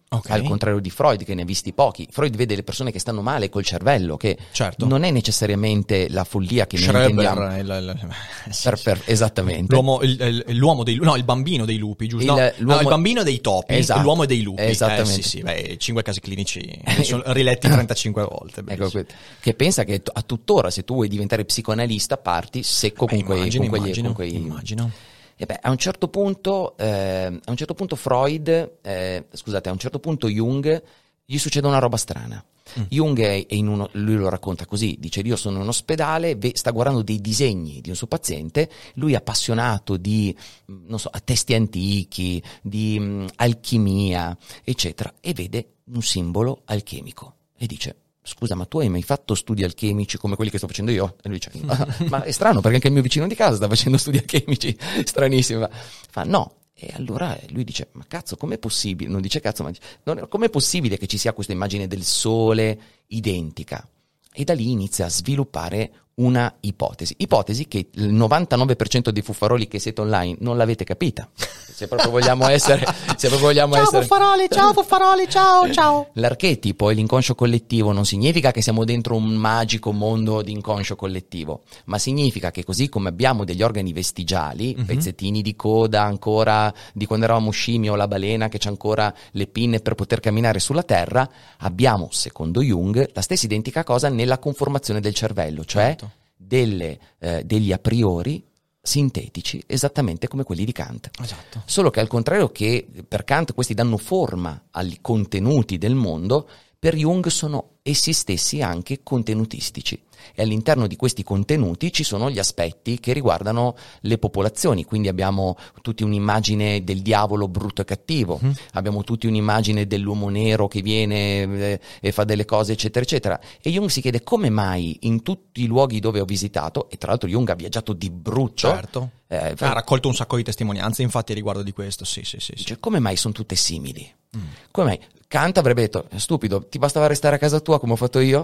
Okay. Al contrario di Freud, che ne ha visti pochi. Freud vede le persone che stanno male col cervello, che certo. non è necessariamente la follia che noi intendiamo. Il, il, il, sì, per, per, esattamente. L'uomo, il, l'uomo dei no, il bambino dei lupi, giusto? Il, no, no, il bambino dei topi, esatto. l'uomo dei lupi. Esattamente. Eh, sì, sì, beh, cinque casi clinici sono riletti trentacinque volte. Ecco, che pensa che a tuttora, se tu vuoi diventare psicoanalista, parti secco con, eh, quei, immagino, con quegli, immagino, con quei... immagino. E beh, a un certo punto, eh, a un certo punto Freud, eh, scusate, a un certo punto Jung gli succede una roba strana. Mm. Jung è in uno, lui lo racconta così, dice: io sono in un ospedale, sta guardando dei disegni di un suo paziente, lui è appassionato di, non so, testi antichi, di um, alchimia, eccetera, e vede un simbolo alchemico e dice: scusa, ma tu hai mai fatto studi alchemici come quelli che sto facendo io? E lui dice: ma, ma è strano, perché anche il mio vicino di casa sta facendo studi alchemici, stranissimo. Fa: no. E allora lui dice: ma cazzo, com'è possibile? Non dice cazzo, ma dice, non, com'è possibile che ci sia questa immagine del sole identica? E da lì inizia a sviluppare una ipotesi. Ipotesi che il novantanove per cento dei fuffaroli che siete online non l'avete capita. Se proprio vogliamo essere... Se proprio vogliamo ciao essere... fuffaroli, ciao fuffaroli, ciao, ciao. L'archetipo e l'inconscio collettivo non significa che siamo dentro un magico mondo di inconscio collettivo, ma significa che così come abbiamo degli organi vestigiali, mm-hmm. pezzettini di coda ancora di quando eravamo scimmie o la balena che c'ha ancora le pinne per poter camminare sulla terra, abbiamo, secondo Jung, la stessa identica cosa nella conformazione del cervello, cioè certo. delle, eh, degli a priori sintetici, esattamente come quelli di Kant. Esatto. Solo che al contrario che per Kant questi danno forma ai contenuti del mondo, per Jung sono essi stessi anche contenutistici. E all'interno di questi contenuti ci sono gli aspetti che riguardano le popolazioni, quindi abbiamo tutti un'immagine del diavolo brutto e cattivo, mm. abbiamo tutti un'immagine dell'uomo nero che viene eh, e fa delle cose eccetera eccetera, e Jung si chiede come mai in tutti i luoghi dove ho visitato, e tra l'altro Jung ha viaggiato di brutto, certo. eh, ha raccolto un sacco di testimonianze infatti riguardo di questo, sì sì sì, sì. Cioè, come mai sono tutte simili? Mm. Come mai? Kant avrebbe detto: stupido, ti bastava restare a casa tua come ho fatto io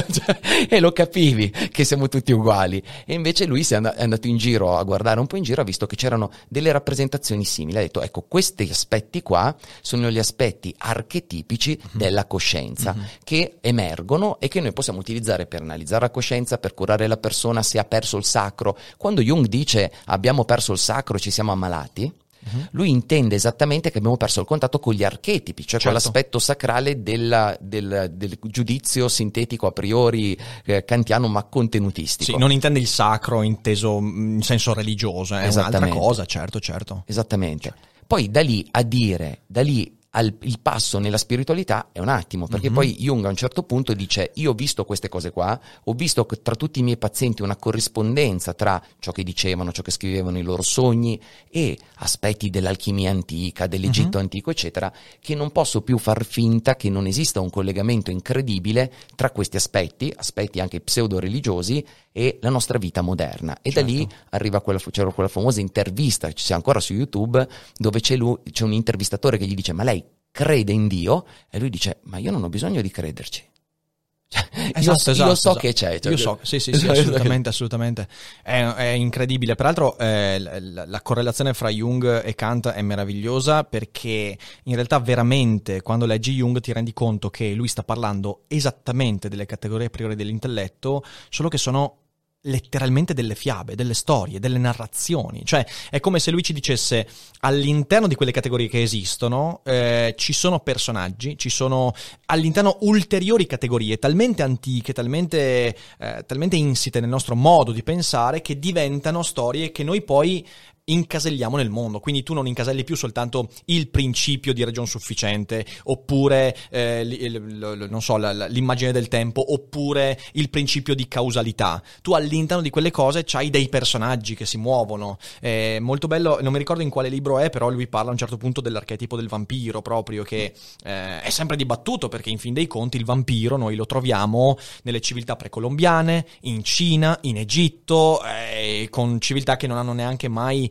e lo capivi che siamo tutti uguali. E invece lui si è andato in giro a guardare un po' in giro, ha visto che c'erano delle rappresentazioni simili, ha detto: ecco, questi aspetti qua sono gli aspetti archetipici mm-hmm. della coscienza mm-hmm. che emergono e che noi possiamo utilizzare per analizzare la coscienza, per curare la persona se ha perso il sacro. Quando Jung dice abbiamo perso il sacro e ci siamo ammalati, Uh-huh. lui intende esattamente che abbiamo perso il contatto con gli archetipi, cioè certo. quell'aspetto sacrale della, del, del giudizio sintetico a priori eh, kantiano ma contenutistico. Sì, non intende il sacro inteso in senso religioso, è un'altra cosa, certo, certo. Esattamente. Certo. Poi da lì a dire, da lì al, il passo nella spiritualità è un attimo, perché mm-hmm. poi Jung a un certo punto dice: io ho visto queste cose qua, ho visto che tra tutti i miei pazienti una corrispondenza tra ciò che dicevano, ciò che scrivevano, i loro sogni e aspetti dell'alchimia antica, dell'Egitto mm-hmm. antico eccetera, che non posso più far finta che non esista un collegamento incredibile tra questi aspetti, aspetti anche pseudo-religiosi, e la nostra vita moderna. E certo. da lì arriva quella, c'era quella famosa intervista, ci sia ancora su YouTube, dove c'è, lui, c'è un intervistatore che gli dice: ma lei crede in Dio? E lui dice: ma io non ho bisogno di crederci. Cioè, esatto, io, esatto, io so esatto. che c'è. Cioè, io so, sì, sì, sì, assolutamente, assolutamente. È, è incredibile. Peraltro eh, la, la correlazione fra Jung e Kant è meravigliosa, perché in realtà veramente quando leggi Jung ti rendi conto che lui sta parlando esattamente delle categorie a priori dell'intelletto, solo che sono letteralmente delle fiabe, delle storie, delle narrazioni. Cioè è come se lui ci dicesse: all'interno di quelle categorie che esistono eh, ci sono personaggi, ci sono all'interno ulteriori categorie talmente antiche, talmente, eh, talmente insite nel nostro modo di pensare, che diventano storie che noi poi incaselliamo nel mondo. Quindi tu non incaselli più soltanto il principio di ragion sufficiente, oppure eh, l, l, l, non so, la, la, l'immagine del tempo, oppure il principio di causalità. Tu all'interno di quelle cose c'hai dei personaggi che si muovono. È molto bello, non mi ricordo in quale libro è, però lui parla a un certo punto dell'archetipo del vampiro, proprio, che eh, è sempre dibattuto, perché in fin dei conti il vampiro noi lo troviamo nelle civiltà precolombiane, in Cina, in Egitto, eh, con civiltà che non hanno neanche mai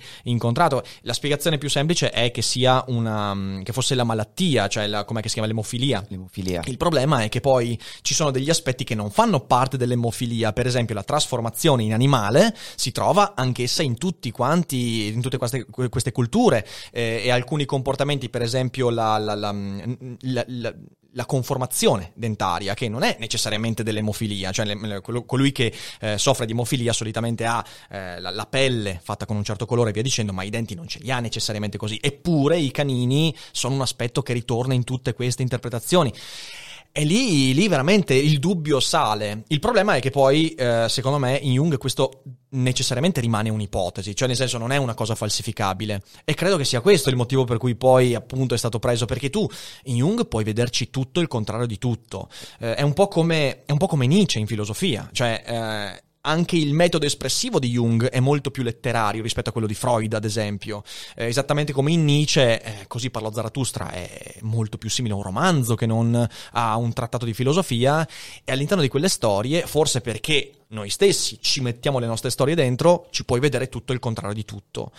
incontrato. La spiegazione più semplice è che sia una che fosse la malattia, cioè la, com'è che si chiama, l'emofilia. L'emofilia. Il problema è che poi ci sono degli aspetti che non fanno parte dell'emofilia, per esempio la trasformazione in animale si trova anch'essa in tutti quanti, in tutte queste, queste culture, eh, e alcuni comportamenti, per esempio la, la, la, la, la la conformazione dentaria, che non è necessariamente dell'emofilia, cioè le, colui che eh, soffre di emofilia solitamente ha eh, la, la pelle fatta con un certo colore e via dicendo, ma i denti non ce li ha necessariamente così. Eppure i canini sono un aspetto che ritorna in tutte queste interpretazioni. E lì, lì veramente il dubbio sale. Il problema è che poi, eh, secondo me, in Jung questo necessariamente rimane un'ipotesi, cioè nel senso non è una cosa falsificabile. E credo che sia questo il motivo per cui poi appunto è stato preso, perché tu in Jung puoi vederci tutto il contrario di tutto. Eh, è un po' come è un po' come Nietzsche in filosofia, cioè eh, anche il metodo espressivo di Jung è molto più letterario rispetto a quello di Freud, ad esempio. Eh, esattamente come in Nietzsche, eh, Così parlò Zarathustra è molto più simile a un romanzo che non a un trattato di filosofia, e all'interno di quelle storie, forse perché noi stessi ci mettiamo le nostre storie dentro, ci puoi vedere tutto il contrario di tutto.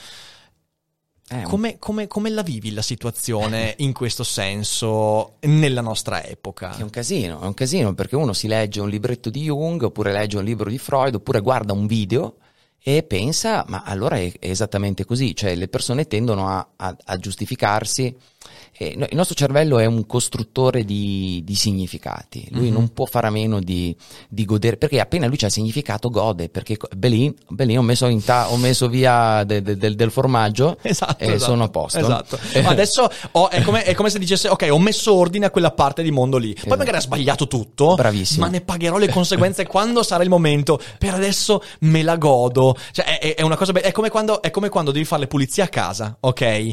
Eh, come, come, come la vivi la situazione in questo senso nella nostra epoca? È un casino, è un casino, perché uno si legge un libretto di Jung, oppure legge un libro di Freud, oppure guarda un video e pensa, ma allora è, è esattamente così, cioè le persone tendono a, a, a giustificarsi. Eh, no, il nostro cervello è un costruttore di, di significati, lui mm-hmm. non può fare a meno di, di godere, perché appena lui c'ha il significato gode, perché Belin, Belin ho messo in ta, ho messo via de, de, del, del formaggio esatto, e esatto, sono a posto. Esatto. Ma adesso ho, è, come, è come se dicesse ok, ho messo ordine a quella parte di mondo lì, poi esatto. magari ha sbagliato tutto, bravissimo, ma ne pagherò le conseguenze quando sarà il momento. Per adesso me la godo, cioè è, è una cosa be- è come quando è come quando devi fare le pulizie a casa, ok,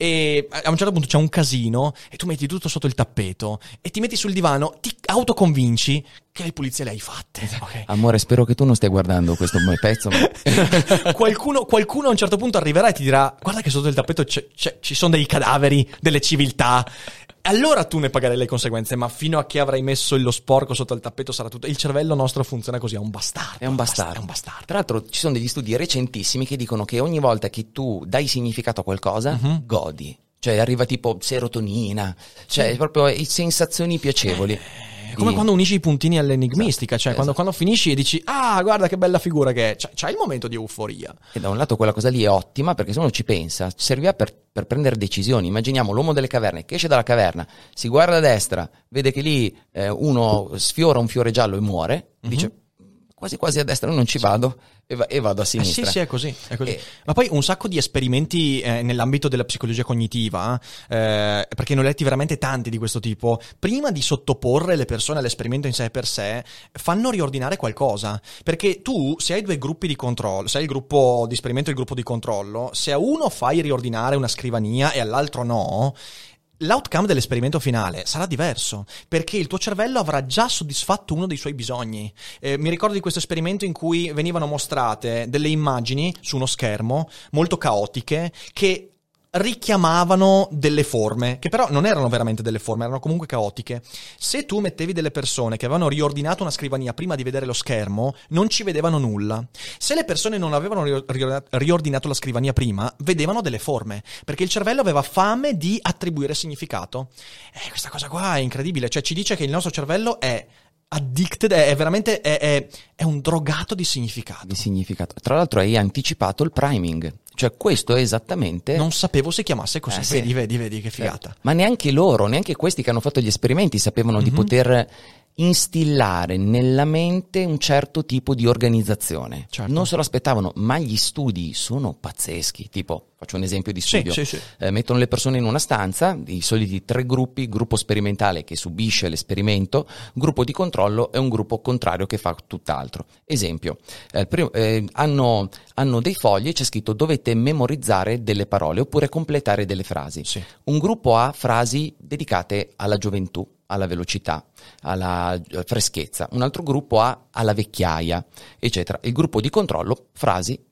e a un certo punto c'è un casino e tu metti tutto sotto il tappeto e ti metti sul divano, ti autoconvinci che le pulizie le hai fatte. Okay. Amore, spero che tu non stia guardando questo pezzo. Ma... qualcuno, qualcuno a un certo punto arriverà e ti dirà guarda che sotto il tappeto c'è, c'è, ci sono dei cadaveri, delle civiltà. Allora tu ne pagherai le conseguenze, ma fino a che avrai messo lo sporco sotto il tappeto sarà tutto. Il cervello nostro funziona così, è un bastardo. È un bastardo. È un bastardo. Tra l'altro ci sono degli studi recentissimi che dicono che ogni volta che tu dai significato a qualcosa, uh-huh. godi. Cioè arriva tipo serotonina, cioè sì. proprio sensazioni piacevoli. È come di... quando unisci i puntini all'enigmistica, esatto. cioè esatto. quando, quando finisci e dici ah guarda che bella figura che è, c'hai il momento di euforia. E da un lato quella cosa lì è ottima, perché se uno ci pensa, serviva per, per prendere decisioni. Immaginiamo l'uomo delle caverne che esce dalla caverna, si guarda a destra, vede che lì eh, uno sfiora un fiore giallo e muore, mm-hmm. dice quasi quasi a destra non ci vado e, va, e vado a sinistra. Eh sì, sì, è così, è così. E... Ma poi un sacco di esperimenti eh, nell'ambito della psicologia cognitiva, eh, perché ne ho letti veramente tanti di questo tipo, prima di sottoporre le persone all'esperimento in sé per sé, fanno riordinare qualcosa. Perché tu, se hai due gruppi di controllo, se hai il gruppo di esperimento e il gruppo di controllo, se a uno fai riordinare una scrivania e all'altro no, l'outcome dell'esperimento finale sarà diverso, perché il tuo cervello avrà già soddisfatto uno dei suoi bisogni. Eh, mi ricordo di questo esperimento in cui venivano mostrate delle immagini su uno schermo molto caotiche che richiamavano delle forme, che però non erano veramente delle forme, erano comunque caotiche. Se tu mettevi delle persone che avevano riordinato una scrivania prima di vedere lo schermo, non ci vedevano nulla. Se le persone non avevano riordinato la scrivania prima, vedevano delle forme, perché il cervello aveva fame di attribuire significato. E questa cosa qua è incredibile, cioè ci dice che il nostro cervello è addicted, è veramente è, è, è un drogato di significato. Di significato. Tra l'altro hai anticipato il priming. Cioè questo è esattamente... Non sapevo si chiamasse così, eh, vedi, sì. vedi, vedi che figata. Eh, ma neanche loro, neanche questi che hanno fatto gli esperimenti sapevano mm-hmm. di poter instillare nella mente un certo tipo di organizzazione. Certo. Non se lo aspettavano, ma gli studi sono pazzeschi. Tipo, faccio un esempio di studio. Sì, sì, sì. Eh, mettono le persone in una stanza, i soliti tre gruppi, gruppo sperimentale che subisce l'esperimento, gruppo di controllo e un gruppo contrario che fa tutt'altro. Esempio, eh, primo, eh, hanno, hanno dei fogli e c'è scritto dovete memorizzare delle parole oppure completare delle frasi. Sì. Un gruppo ha frasi dedicate alla gioventù, alla velocità, alla freschezza, un altro gruppo ha alla vecchiaia, eccetera. Il gruppo di controllo frasi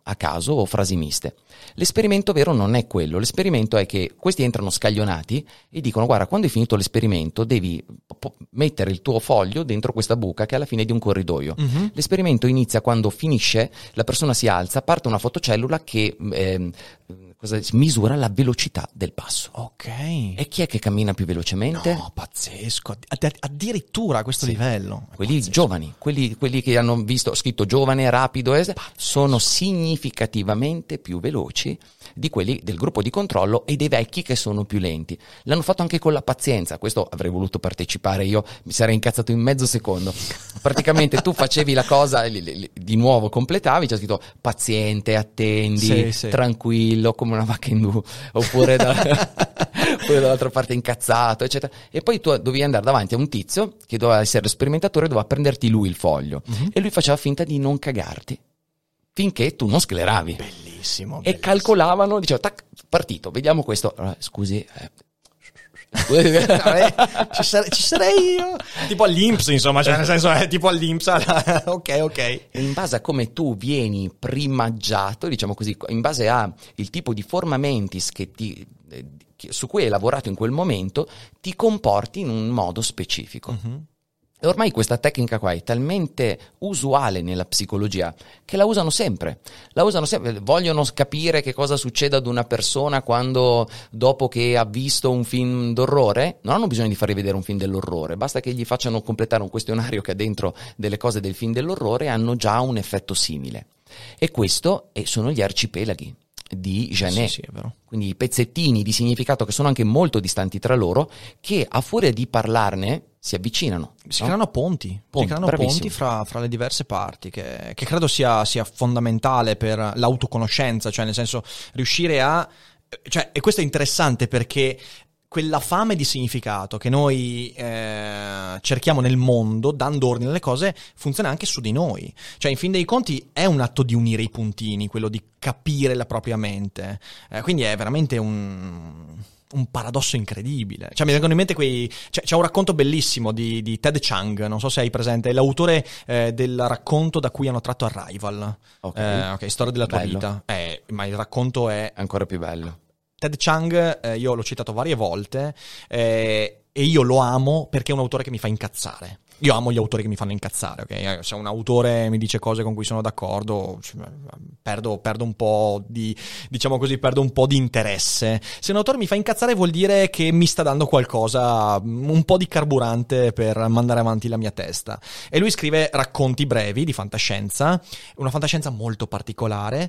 a caso o frasi miste. L'esperimento vero non è quello, l'esperimento è che questi entrano scaglionati e dicono: guarda, quando hai finito l'esperimento devi po- mettere il tuo foglio dentro questa buca che è alla fine di un corridoio. Mm-hmm. L'esperimento inizia quando finisce, la persona si alza, parte una fotocellula che eh, cosa, misura la velocità del passo. Ok. E chi è che cammina più velocemente? No, pazzesco, Add- addirittura a questo sì. livello. Quelli pazzesco. giovani, quelli, quelli che hanno visto scritto giovane, rapido, eh, sono significativamente più veloci di quelli del gruppo di controllo e dei vecchi che sono più lenti. L'hanno fatto anche con la pazienza. Questo avrei voluto partecipare io, mi sarei incazzato in mezzo secondo. Praticamente tu facevi la cosa, di nuovo completavi, c'è scritto paziente, attendi, sì, sì. tranquillo come una vacca indù, oppure, da, oppure dall'altra parte incazzato, eccetera. E poi tu dovevi andare davanti a un tizio che doveva essere sperimentatore, doveva prenderti lui il foglio, uh-huh. e lui faceva finta di non cagarti finché tu non scleravi. Bellissimo. E bellissimo. calcolavano, diceva, tac, partito, vediamo questo. Allora, scusi, eh. ci, sarei, ci sarei io. Tipo all'I N P S, insomma, cioè nel senso è tipo all'I N P S. ok, ok. E in base a come tu vieni primaggiato, diciamo così, in base a il tipo di forma mentis che ti, su cui hai lavorato in quel momento, ti comporti in un modo specifico. Uh-huh. E ormai questa tecnica qua è talmente usuale nella psicologia che la usano sempre. La usano sempre. Vogliono capire che cosa succede ad una persona quando, dopo che ha visto un film d'orrore, non hanno bisogno di fargli vedere un film dell'orrore, basta che gli facciano completare un questionario che ha dentro delle cose del film dell'orrore e hanno già un effetto simile. E questo sono gli arcipelaghi di Janet, sì, sì, è vero. Quindi i pezzettini di significato che sono anche molto distanti tra loro, che a furia di parlarne si avvicinano. Si no? creano ponti, ponti si creano ponti fra, fra le diverse parti, che, che credo sia, sia fondamentale per l'autoconoscenza, cioè nel senso riuscire a... Cioè, e questo è interessante perché quella fame di significato che noi eh, cerchiamo nel mondo, dando ordine alle cose, funziona anche su di noi. Cioè, in fin dei conti, è un atto di unire i puntini, quello di capire la propria mente. Eh, quindi è veramente un... un paradosso incredibile. Cioè mi vengono in mente quei... C'è, c'è un racconto bellissimo di, di Ted Chiang, non so se hai presente, è l'autore eh, del racconto da cui hanno tratto Arrival. Ok, eh, okay, Storia della tua bello. vita. Eh, ma il racconto è... ancora più bello. Ted Chiang, eh, io l'ho citato varie volte, eh, e io lo amo perché è un autore che mi fa incazzare. Io amo gli autori che mi fanno incazzare, ok? Se un autore mi dice cose con cui sono d'accordo, perdo, perdo un po' di, diciamo così, perdo un po' di interesse. Se un autore mi fa incazzare vuol dire che mi sta dando qualcosa, un po' di carburante per mandare avanti la mia testa. E lui scrive racconti brevi di fantascienza, una fantascienza molto particolare,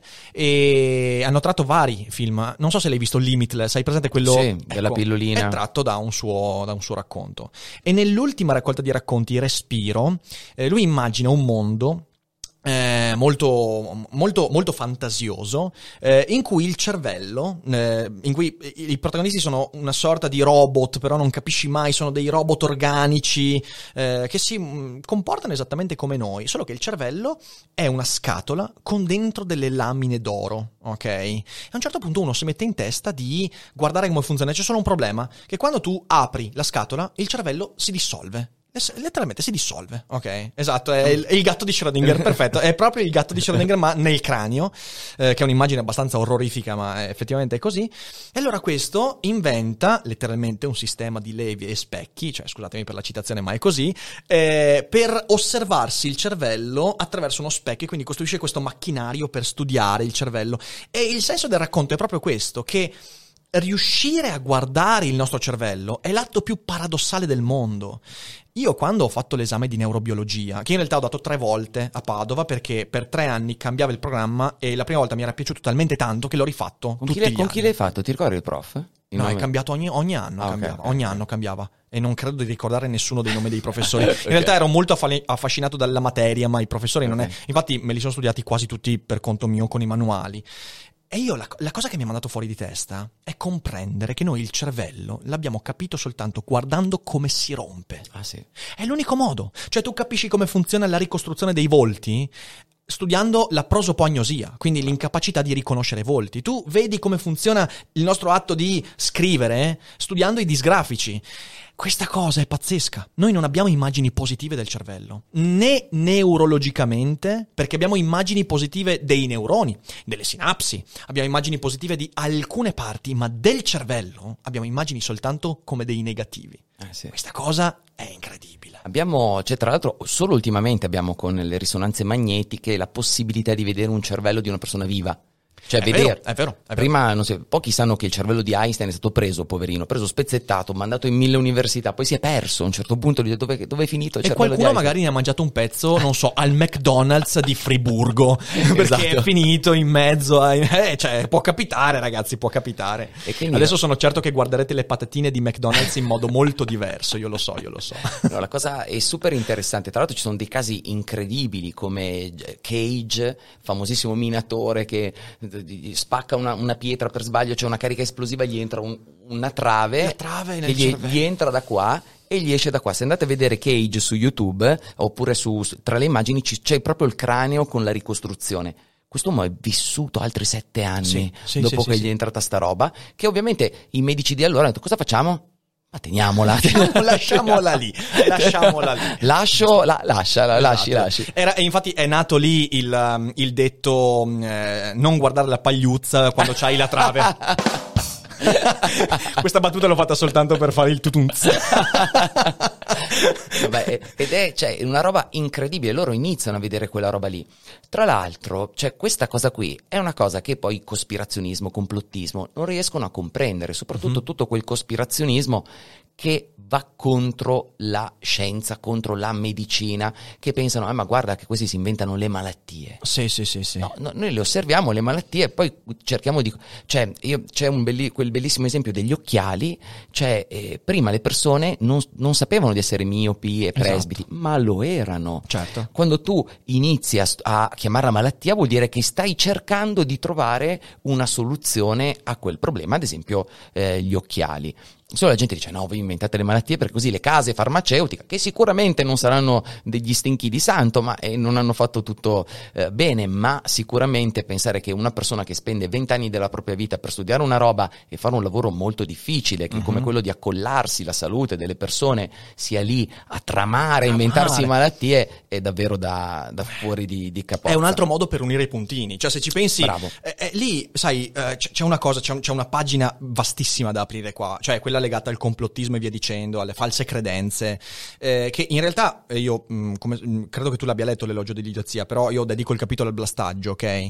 e hanno tratto vari film. Non so se l'hai visto, Limitless, hai presente quello? Sì, della ecco, pillolina. È tratto da un suo, da un suo racconto. E nell'ultima raccolta di racconti, Respiro, eh, lui immagina un mondo eh, molto, molto, molto fantasioso, eh, in cui il cervello, eh, in cui i, i protagonisti sono una sorta di robot, però non capisci mai, sono dei robot organici eh, che si mh, comportano esattamente come noi, solo che il cervello è una scatola con dentro delle lamine d'oro, ok? E a un certo punto uno si mette in testa di guardare come funziona. C'è solo un problema, che quando tu apri la scatola il cervello si dissolve. Letteralmente si dissolve, ok? Esatto, è il, è il gatto di Schrödinger, perfetto, è proprio il gatto di Schrödinger ma nel cranio, eh, che è un'immagine abbastanza orrorifica ma effettivamente è così. E allora questo inventa letteralmente un sistema di levi e specchi, cioè scusatemi per la citazione ma è così, eh, per osservarsi il cervello attraverso uno specchio, e quindi costruisce questo macchinario per studiare il cervello. E il senso del racconto è proprio questo, che riuscire a guardare il nostro cervello è l'atto più paradossale del mondo. Io quando ho fatto l'esame di neurobiologia, che in realtà ho dato tre volte a Padova perché per tre anni cambiava il programma e la prima volta mi era piaciuto talmente tanto che l'ho rifatto con tutti chi, gli con anni. chi l'hai fatto? Ti ricordi il prof? Il no, nome? È cambiato ogni, ogni anno, ah, cambiava, okay, okay, ogni okay. anno cambiava e non credo di ricordare nessuno dei nomi dei professori. In realtà ero molto affascinato dalla materia, ma i professori okay. non è... Infatti me li sono studiati quasi tutti per conto mio con i manuali. E io la, la cosa che mi ha mandato fuori di testa è comprendere che noi il cervello l'abbiamo capito soltanto guardando come si rompe. Ah sì. È l'unico modo. Cioè tu capisci come funziona la ricostruzione dei volti studiando la prosopagnosia, quindi l'incapacità di riconoscere volti. Tu vedi come funziona il nostro atto di scrivere studiando i disgrafici. Questa cosa è pazzesca. Noi non abbiamo immagini positive del cervello, né neurologicamente, perché abbiamo immagini positive dei neuroni, delle sinapsi, abbiamo immagini positive di alcune parti, ma del cervello abbiamo immagini soltanto come dei negativi. Eh sì. Questa cosa è incredibile. Abbiamo, cioè tra l'altro solo ultimamente abbiamo con le risonanze magnetiche la possibilità di vedere un cervello di una persona viva. Cioè È vedere, vero, è vero, è vero. Prima non so, pochi sanno che il cervello di Einstein è stato preso, poverino, preso spezzettato, mandato in mille università, poi si è perso a un certo punto, dove, dove è finito il e cervello qualcuno di Einstein? magari ne ha mangiato un pezzo, non so, al McDonald's di Friburgo, perché Esatto. è finito in mezzo a... Eh, cioè, può capitare, ragazzi, può capitare. E quindi- Adesso sono certo che guarderete le patatine di McDonald's in modo molto diverso, io lo so, io lo so. No, la cosa è super interessante, tra l'altro ci sono dei casi incredibili come Cage, famosissimo minatore che spacca una, una pietra per sbaglio, c'è una carica esplosiva, gli entra un- una trave, La trave nel che gli, cervello. gli entra da qua e gli esce da qua. Se andate a vedere Cage su YouTube oppure su, su- tra le immagini ci- c'è proprio il cranio con la ricostruzione. Quest'uomo è vissuto altri sette anni Sì, sì, dopo sì, che sì, gli sì. è entrata sta roba, che ovviamente i medici di allora hanno detto cosa facciamo? Ma teniamola. Lasciamola lì, lasciamola lì. Lascio, la, lasciala, lasci, Esatto. lasci. Era, e infatti è nato lì il, um, il detto eh, non guardare la pagliuzza quando c'hai la trave. Questa battuta l'ho fatta soltanto per fare il tutunz. Vabbè, ed è cioè, una roba incredibile, loro iniziano a vedere quella roba lì. Tra l'altro, cioè, questa cosa qui è una cosa che poi cospirazionismo, complottismo non riescono a comprendere, soprattutto Mm-hmm. tutto quel cospirazionismo che va contro la scienza, contro la medicina, che pensano, eh ma guarda che questi si inventano le malattie. Sì, sì, sì, sì. No, no, noi le osserviamo le malattie e poi cerchiamo di... Cioè, io, c'è un belli, quel bellissimo esempio degli occhiali, cioè eh, prima le persone non, non sapevano di essere miopi e presbiti, Esatto. ma lo erano. Certo. Quando tu inizi a, a chiamarla malattia vuol dire che stai cercando di trovare una soluzione a quel problema, ad esempio eh, gli occhiali. Solo la gente dice no, voi inventate le malattie per così le case farmaceutiche, che sicuramente non saranno degli stinchi di santo, ma eh, non hanno fatto tutto eh, bene, ma sicuramente pensare che una persona che spende vent'anni della propria vita per studiare una roba e fare un lavoro molto difficile, che Mhm. come quello di accollarsi la salute delle persone, sia lì a tramare, a inventarsi Tramare. malattie, è davvero da, da fuori di, di capozza. È un altro modo per unire i puntini. Cioè, se ci pensi, Bravo. eh, eh, lì, sai, eh, c'è c'è una cosa, c'è, un- c'è una pagina vastissima da aprire qua, cioè quella legata al complottismo e via dicendo, alle false credenze, eh, che in realtà eh, io mh, come, mh, credo che tu l'abbia letto l'elogio dell'idiozia, però io dedico il capitolo al blastaggio, ok?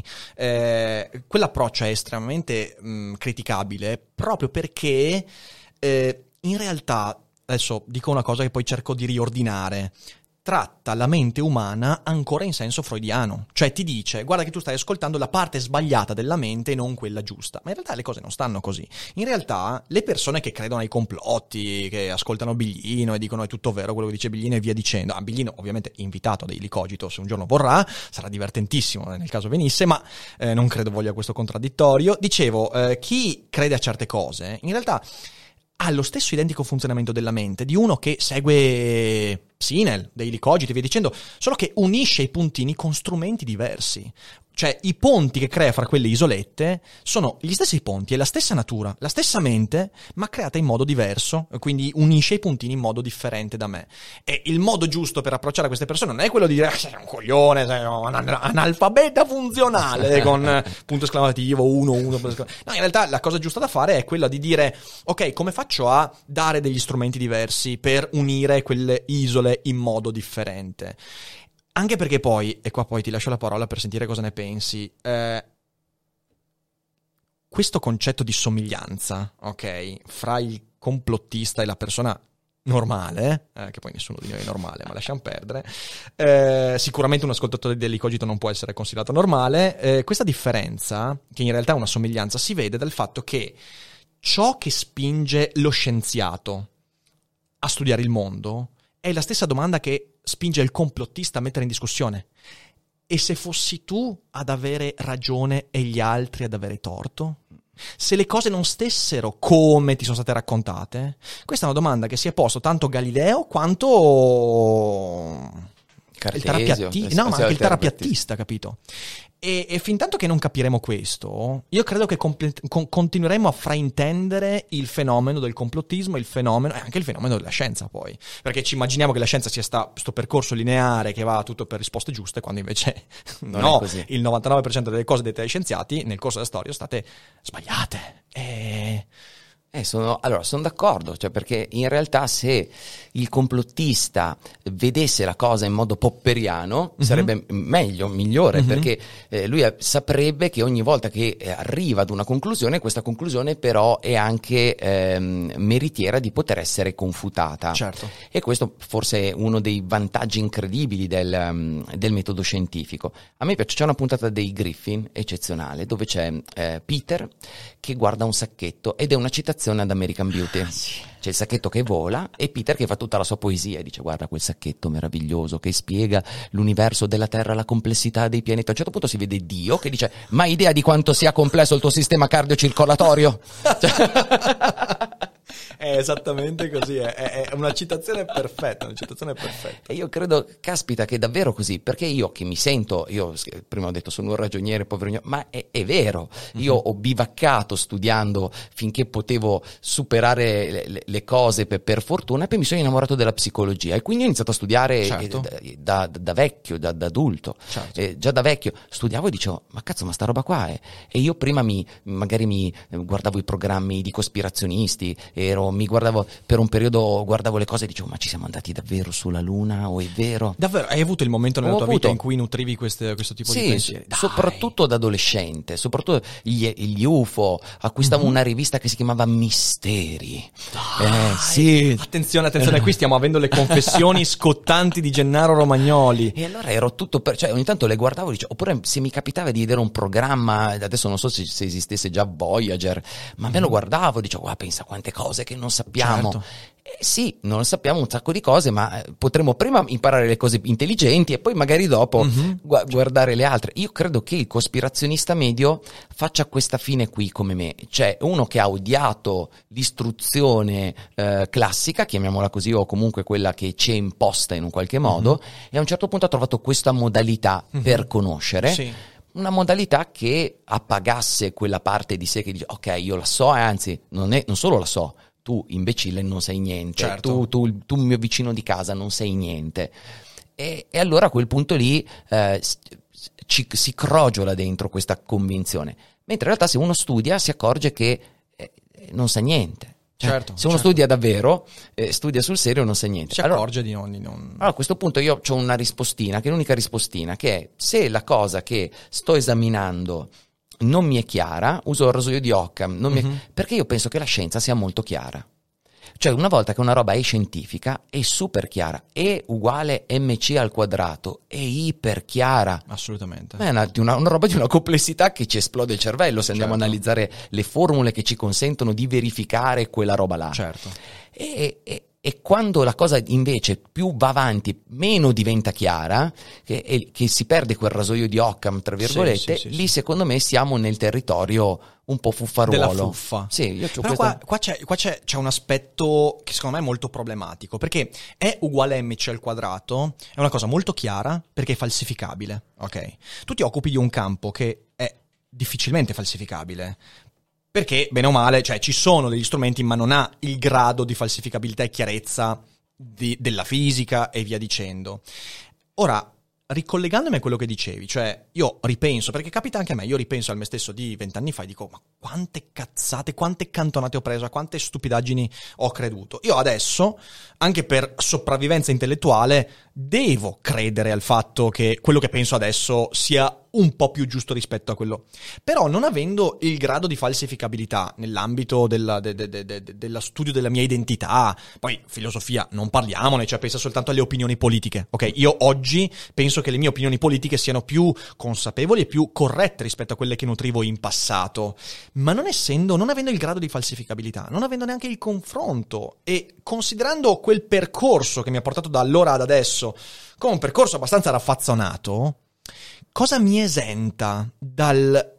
Eh, quell'approccio è estremamente mh, criticabile proprio perché eh, in realtà, adesso dico una cosa che poi cerco di riordinare, tratta la mente umana ancora in senso freudiano, cioè ti dice guarda che tu stai ascoltando la parte sbagliata della mente e non quella giusta, ma in realtà le cose non stanno così. In realtà le persone che credono ai complotti, che ascoltano Biglino e dicono è tutto vero quello che dice Biglino e via dicendo, ah, Biglino ovviamente invitato a Daily Cogito, se un giorno vorrà, sarà divertentissimo nel caso venisse, ma eh, non credo voglia questo contraddittorio. Dicevo, eh, chi crede a certe cose in realtà ha lo stesso identico funzionamento della mente di uno che segue Sinel, Daily Cogito e via dicendo, solo che unisce i puntini con strumenti diversi. Cioè i ponti che crea fra quelle isolette sono gli stessi ponti, è la stessa natura, la stessa mente, ma creata in modo diverso, quindi unisce i puntini in modo differente da me. E il modo giusto per approcciare queste persone non è quello di dire ah, sei un coglione, sei un analfabeta funzionale con punto esclamativo uno, uno. No, in realtà la cosa giusta da fare è quella di dire ok, come faccio a dare degli strumenti diversi per unire quelle isole in modo differente? Anche perché poi, e qua poi ti lascio la parola per sentire cosa ne pensi, eh, questo concetto di somiglianza, ok, fra il complottista e la persona normale, eh, che poi nessuno di noi è normale, ma lasciamo perdere, eh, sicuramente un ascoltatore di Daily Cogito non può essere considerato normale, eh, questa differenza, che in realtà è una somiglianza, si vede dal fatto che ciò che spinge lo scienziato a studiare il mondo è la stessa domanda che spinge il complottista a mettere in discussione. E se fossi tu ad avere ragione e gli altri ad avere torto? Se le cose non stessero come ti sono state raccontate? Questa è una domanda che si è posto tanto Galileo quanto Cartesio, il terapiatti- eh, no, ma sì, anche il il terapiattista, capito? E, e fin tanto che non capiremo questo, io credo che comple- con- continueremo a fraintendere il fenomeno del complottismo, il fenomeno, e anche il fenomeno della scienza poi, perché ci immaginiamo che la scienza sia sta, sto percorso lineare che va tutto per risposte giuste, quando invece Non no, è così. il novantanove per cento delle cose dette dai scienziati nel corso della storia sono state sbagliate. E... Eh, sono, allora, sono d'accordo, cioè perché in realtà se il complottista vedesse la cosa in modo popperiano, Mhm. sarebbe meglio, migliore, Mhm. perché eh, lui eh, saprebbe che ogni volta che eh, arriva ad una conclusione, questa conclusione però è anche ehm, meritiera di poter essere confutata. Certo. E questo forse è uno dei vantaggi incredibili del, um, del metodo scientifico. A me piace, c'è una puntata dei Griffin eccezionale, dove c'è eh, Peter che guarda un sacchetto ed è una citazione ad American Beauty. Ah, sì. C'è il sacchetto che vola e Peter che fa tutta la sua poesia e dice: guarda quel sacchetto meraviglioso che spiega l'universo della Terra, la complessità dei pianeti. A un certo punto si vede Dio che dice: ma hai idea di quanto sia complesso il tuo sistema cardiocircolatorio? È esattamente così, è, è una citazione perfetta, una citazione perfetta. E io credo, caspita, che è davvero così, perché io che mi sento, io prima ho detto sono un ragioniere, povero, ma è, è vero, io ho bivaccato studiando finché potevo superare le, le, le cose per, per fortuna, e poi mi sono innamorato della psicologia e quindi ho iniziato a studiare Certo. eh, da, da, da vecchio, da, da adulto, Certo. eh, già da vecchio studiavo e dicevo: ma cazzo, ma sta roba qua è... E io prima mi magari mi guardavo i programmi di cospirazionisti, ero mi guardavo per un periodo, guardavo le cose e dicevo: ma ci siamo andati davvero sulla Luna, o è vero? Davvero, hai avuto il momento nella Ho tua avuto. vita in cui nutrivi queste, questo tipo di Sì, pensieri? Dai. soprattutto da adolescente, soprattutto gli, gli U F O. Acquistavo Mhm. una rivista che si chiamava Misteri. Dai. Eh, sì. Attenzione, attenzione, qui stiamo avendo le confessioni scottanti di Gennaro Romagnoli. E allora ero tutto per, cioè ogni tanto le guardavo e dicevo, oppure se mi capitava di vedere un programma, adesso non so se, se esistesse già Voyager, ma me lo guardavo e dicevo: ah, pensa quante cose che non sappiamo. Certo. Eh, sì, non sappiamo un sacco di cose, ma eh, potremmo prima imparare le cose intelligenti e poi magari dopo Mhm. gu- guardare le altre. Io credo che il cospirazionista medio faccia questa fine qui come me, cioè uno che ha odiato l'istruzione eh, classica, chiamiamola così, o comunque quella che ci è imposta in un qualche modo, e a un certo punto ha trovato questa modalità Mhm. per conoscere. Sì. Una modalità che appagasse quella parte di sé che dice: ok, io la so, e anzi non, è, non solo la so, tu imbecille non sai niente, Certo. tu, tu, tu mio vicino di casa non sai niente. E, e allora a quel punto lì eh, s- ci, si crogiola dentro questa convinzione, mentre in realtà se uno studia si accorge che eh, non sa niente. Cioè, Certo, se uno certo. studia davvero, eh, studia sul serio, non sa niente. Si Allora, accorge di non... Di non... allora, a questo punto io ho una rispostina, che è l'unica rispostina, che è: se la cosa che sto esaminando non mi è chiara, uso il rasoio di Occam, non mi è- Mhm. perché io penso che la scienza sia molto chiara. Cioè, una volta che una roba è scientifica, è super chiara, E uguale mc al quadrato, è iper chiara. Assolutamente. Ma è una, di una, una roba di una complessità che ci esplode il cervello se andiamo Certo. a analizzare le formule che ci consentono di verificare quella roba là. Certo. E, e- e quando la cosa invece più va avanti, meno diventa chiara, che, e- che si perde quel rasoio di Occam, tra virgolette, sì, sì, lì sì. secondo me siamo nel territorio un po' fuffaruolo. Della fuffa. Sì, io c'ho Però questa... qua, qua, c'è, qua c'è, c'è un aspetto che secondo me è molto problematico, perché è uguale a mc al quadrato, è una cosa molto chiara perché è falsificabile, ok? Tu ti occupi di un campo che è difficilmente falsificabile, perché bene o male, cioè ci sono degli strumenti ma non ha il grado di falsificabilità e chiarezza di- della fisica e via dicendo. Ora, ricollegandomi a quello che dicevi, cioè io ripenso, perché capita anche a me, io ripenso al me stesso di vent'anni fa e dico: ma quante cazzate, quante cantonate ho preso, a quante stupidaggini ho creduto. Io adesso, anche per sopravvivenza intellettuale, devo credere al fatto che quello che penso adesso sia un po' più giusto rispetto a quello. Però non avendo il grado di falsificabilità nell'ambito della, de, de, de, de, dello studio della mia identità, poi filosofia non parliamone, cioè pensa soltanto alle opinioni politiche, ok? Io oggi penso che le mie opinioni politiche siano più consapevoli e più corrette rispetto a quelle che nutrivo in passato, ma non essendo, non avendo il grado di falsificabilità, non avendo neanche il confronto e considerando quel percorso che mi ha portato da allora ad adesso come un percorso abbastanza raffazzonato, cosa mi esenta dal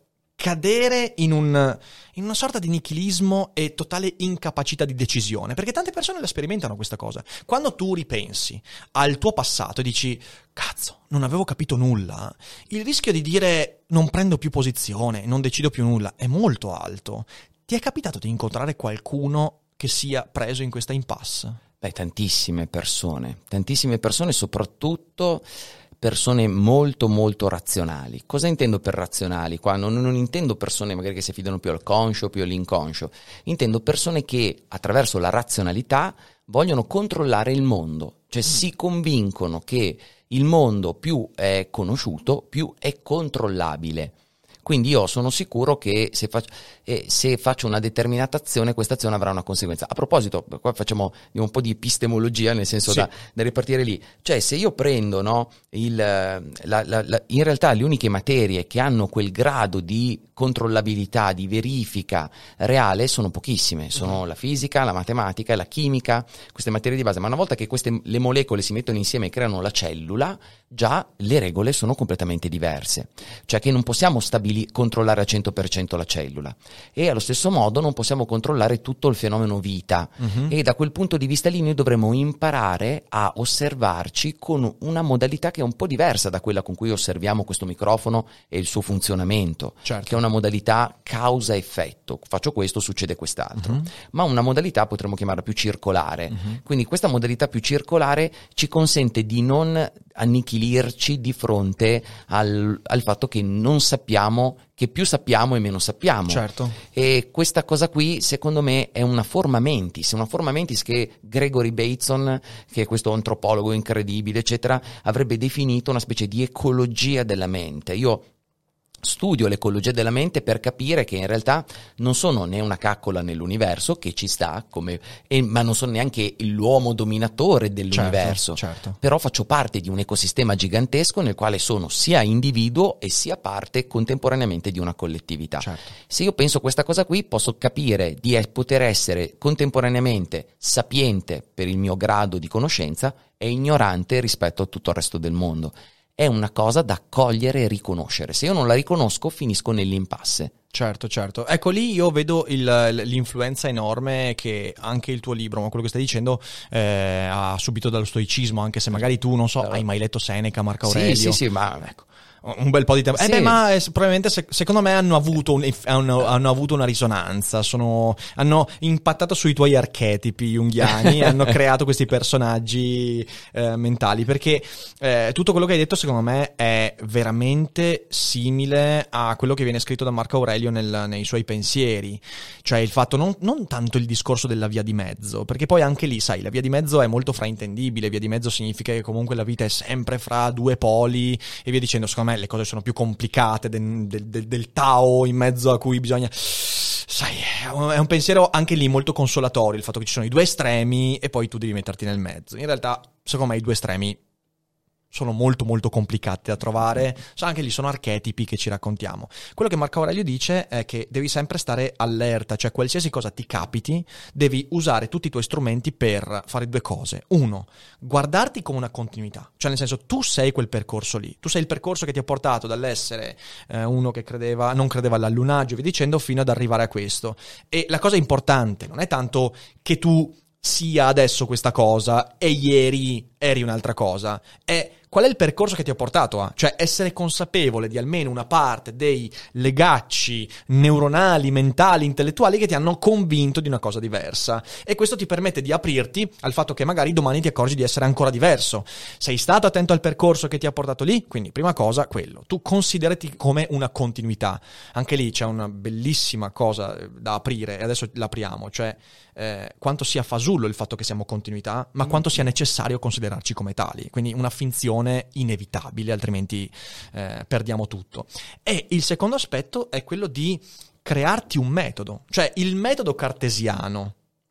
cadere in un in una sorta di nichilismo e totale incapacità di decisione, perché tante persone la sperimentano questa cosa. Quando tu ripensi al tuo passato e dici cazzo, non avevo capito nulla, il rischio di dire non prendo più posizione, non decido più nulla è molto alto. Ti è capitato di incontrare qualcuno che sia preso in questa impasse? Beh, tantissime persone, tantissime persone, soprattutto persone molto molto razionali. Cosa intendo per razionali? Qua non, non intendo persone magari che si affidano più al conscio, più all'inconscio. Intendo persone che attraverso la razionalità vogliono controllare il mondo, cioè mm. si convincono che il mondo più è conosciuto, più è controllabile. Quindi io sono sicuro che se faccio, eh, se faccio una determinata azione, questa azione avrà una conseguenza. A proposito, qua facciamo un po' di epistemologia, nel senso sì. da, da ripartire lì. Cioè, se io prendo, no, il, la, la, la, in realtà le uniche materie che hanno quel grado di controllabilità, di verifica reale, sono pochissime. Sono uh-huh. la fisica, la matematica e la chimica, queste materie di base. Ma una volta che queste, le molecole si mettono insieme e creano la cellula, già le regole sono completamente diverse. Cioè che non possiamo stabilire controllare al cento per cento la cellula e allo stesso modo non possiamo controllare tutto il fenomeno vita uh-huh. e da quel punto di vista lì noi dovremo imparare a osservarci con una modalità che è un po' diversa da quella con cui osserviamo questo microfono e il suo funzionamento, certo. che è una modalità causa-effetto, faccio questo, succede quest'altro, uh-huh. ma una modalità potremmo chiamarla più circolare, uh-huh. quindi questa modalità più circolare ci consente di non annichilirci di fronte al, al fatto che non sappiamo, che più sappiamo e meno sappiamo. Certo. E questa cosa qui secondo me è una forma mentis, una forma mentis che Gregory Bateson, che è questo antropologo incredibile eccetera, avrebbe definito una specie di ecologia della mente. Io studio l'ecologia della mente per capire che in realtà non sono né una caccola nell'universo, che ci sta, come, e, ma non sono neanche l'uomo dominatore dell'universo, certo, certo. però faccio parte di un ecosistema gigantesco nel quale sono sia individuo e sia parte contemporaneamente di una collettività. Certo. Se io penso questa cosa qui, posso capire di poter essere contemporaneamente sapiente per il mio grado di conoscenza e ignorante rispetto a tutto il resto del mondo. È una cosa da cogliere e riconoscere. Se io non la riconosco, finisco nell'impasse. Certo, certo. Ecco, lì io vedo il, l'influenza enorme che anche il tuo libro, ma quello che stai dicendo, eh, ha subito dallo stoicismo, anche se magari tu, non so, Però... hai mai letto Seneca, Marco Aurelio? Sì, sì, sì, ma ecco. Un bel po' di tempo. Sì. Eh beh, ma eh, probabilmente se, secondo me hanno avuto, un, hanno, hanno avuto una risonanza, sono, hanno impattato sui tuoi archetipi junghiani, hanno creato questi personaggi eh, mentali, perché eh, tutto quello che hai detto secondo me è veramente simile a quello che viene scritto da Marco Aurelio nel, nei suoi pensieri, cioè il fatto, non, non tanto il discorso della via di mezzo, perché poi anche lì, sai, la via di mezzo è molto fraintendibile, via di mezzo significa che comunque la vita è sempre fra due poli e via dicendo. Secondo me le cose sono più complicate del, del, del, del Tao in mezzo a cui bisogna, sai, è un pensiero anche lì molto consolatorio il fatto che ci sono i due estremi e poi tu devi metterti nel mezzo. In realtà secondo me i due estremi sono molto molto complicati da trovare, anche lì sono archetipi che ci raccontiamo. Quello che Marco Aurelio dice è che devi sempre stare allerta, cioè qualsiasi cosa ti capiti devi usare tutti i tuoi strumenti per fare due cose. Uno, guardarti come una continuità, cioè nel senso tu sei quel percorso lì, tu sei il percorso che ti ha portato dall'essere eh, uno che credeva, non credeva all'allunaggio, vi dicendo, fino ad arrivare a questo. E la cosa importante non è tanto che tu sia adesso questa cosa e ieri eri un'altra cosa, è qual è il percorso che ti ha portato a, cioè essere consapevole di almeno una parte dei legacci neuronali, mentali, intellettuali che ti hanno convinto di una cosa diversa, e questo ti permette di aprirti al fatto che magari domani ti accorgi di essere ancora diverso. Sei stato attento al percorso che ti ha portato lì? Quindi prima cosa quello, tu considerati come una continuità. Anche lì c'è una bellissima cosa da aprire e adesso l'apriamo, cioè eh, quanto sia fasullo il fatto che siamo continuità, ma quanto sia necessario considerarci come tali, quindi una finzione inevitabile, altrimenti eh, perdiamo tutto. E il secondo aspetto è quello di crearti un metodo, cioè il metodo cartesiano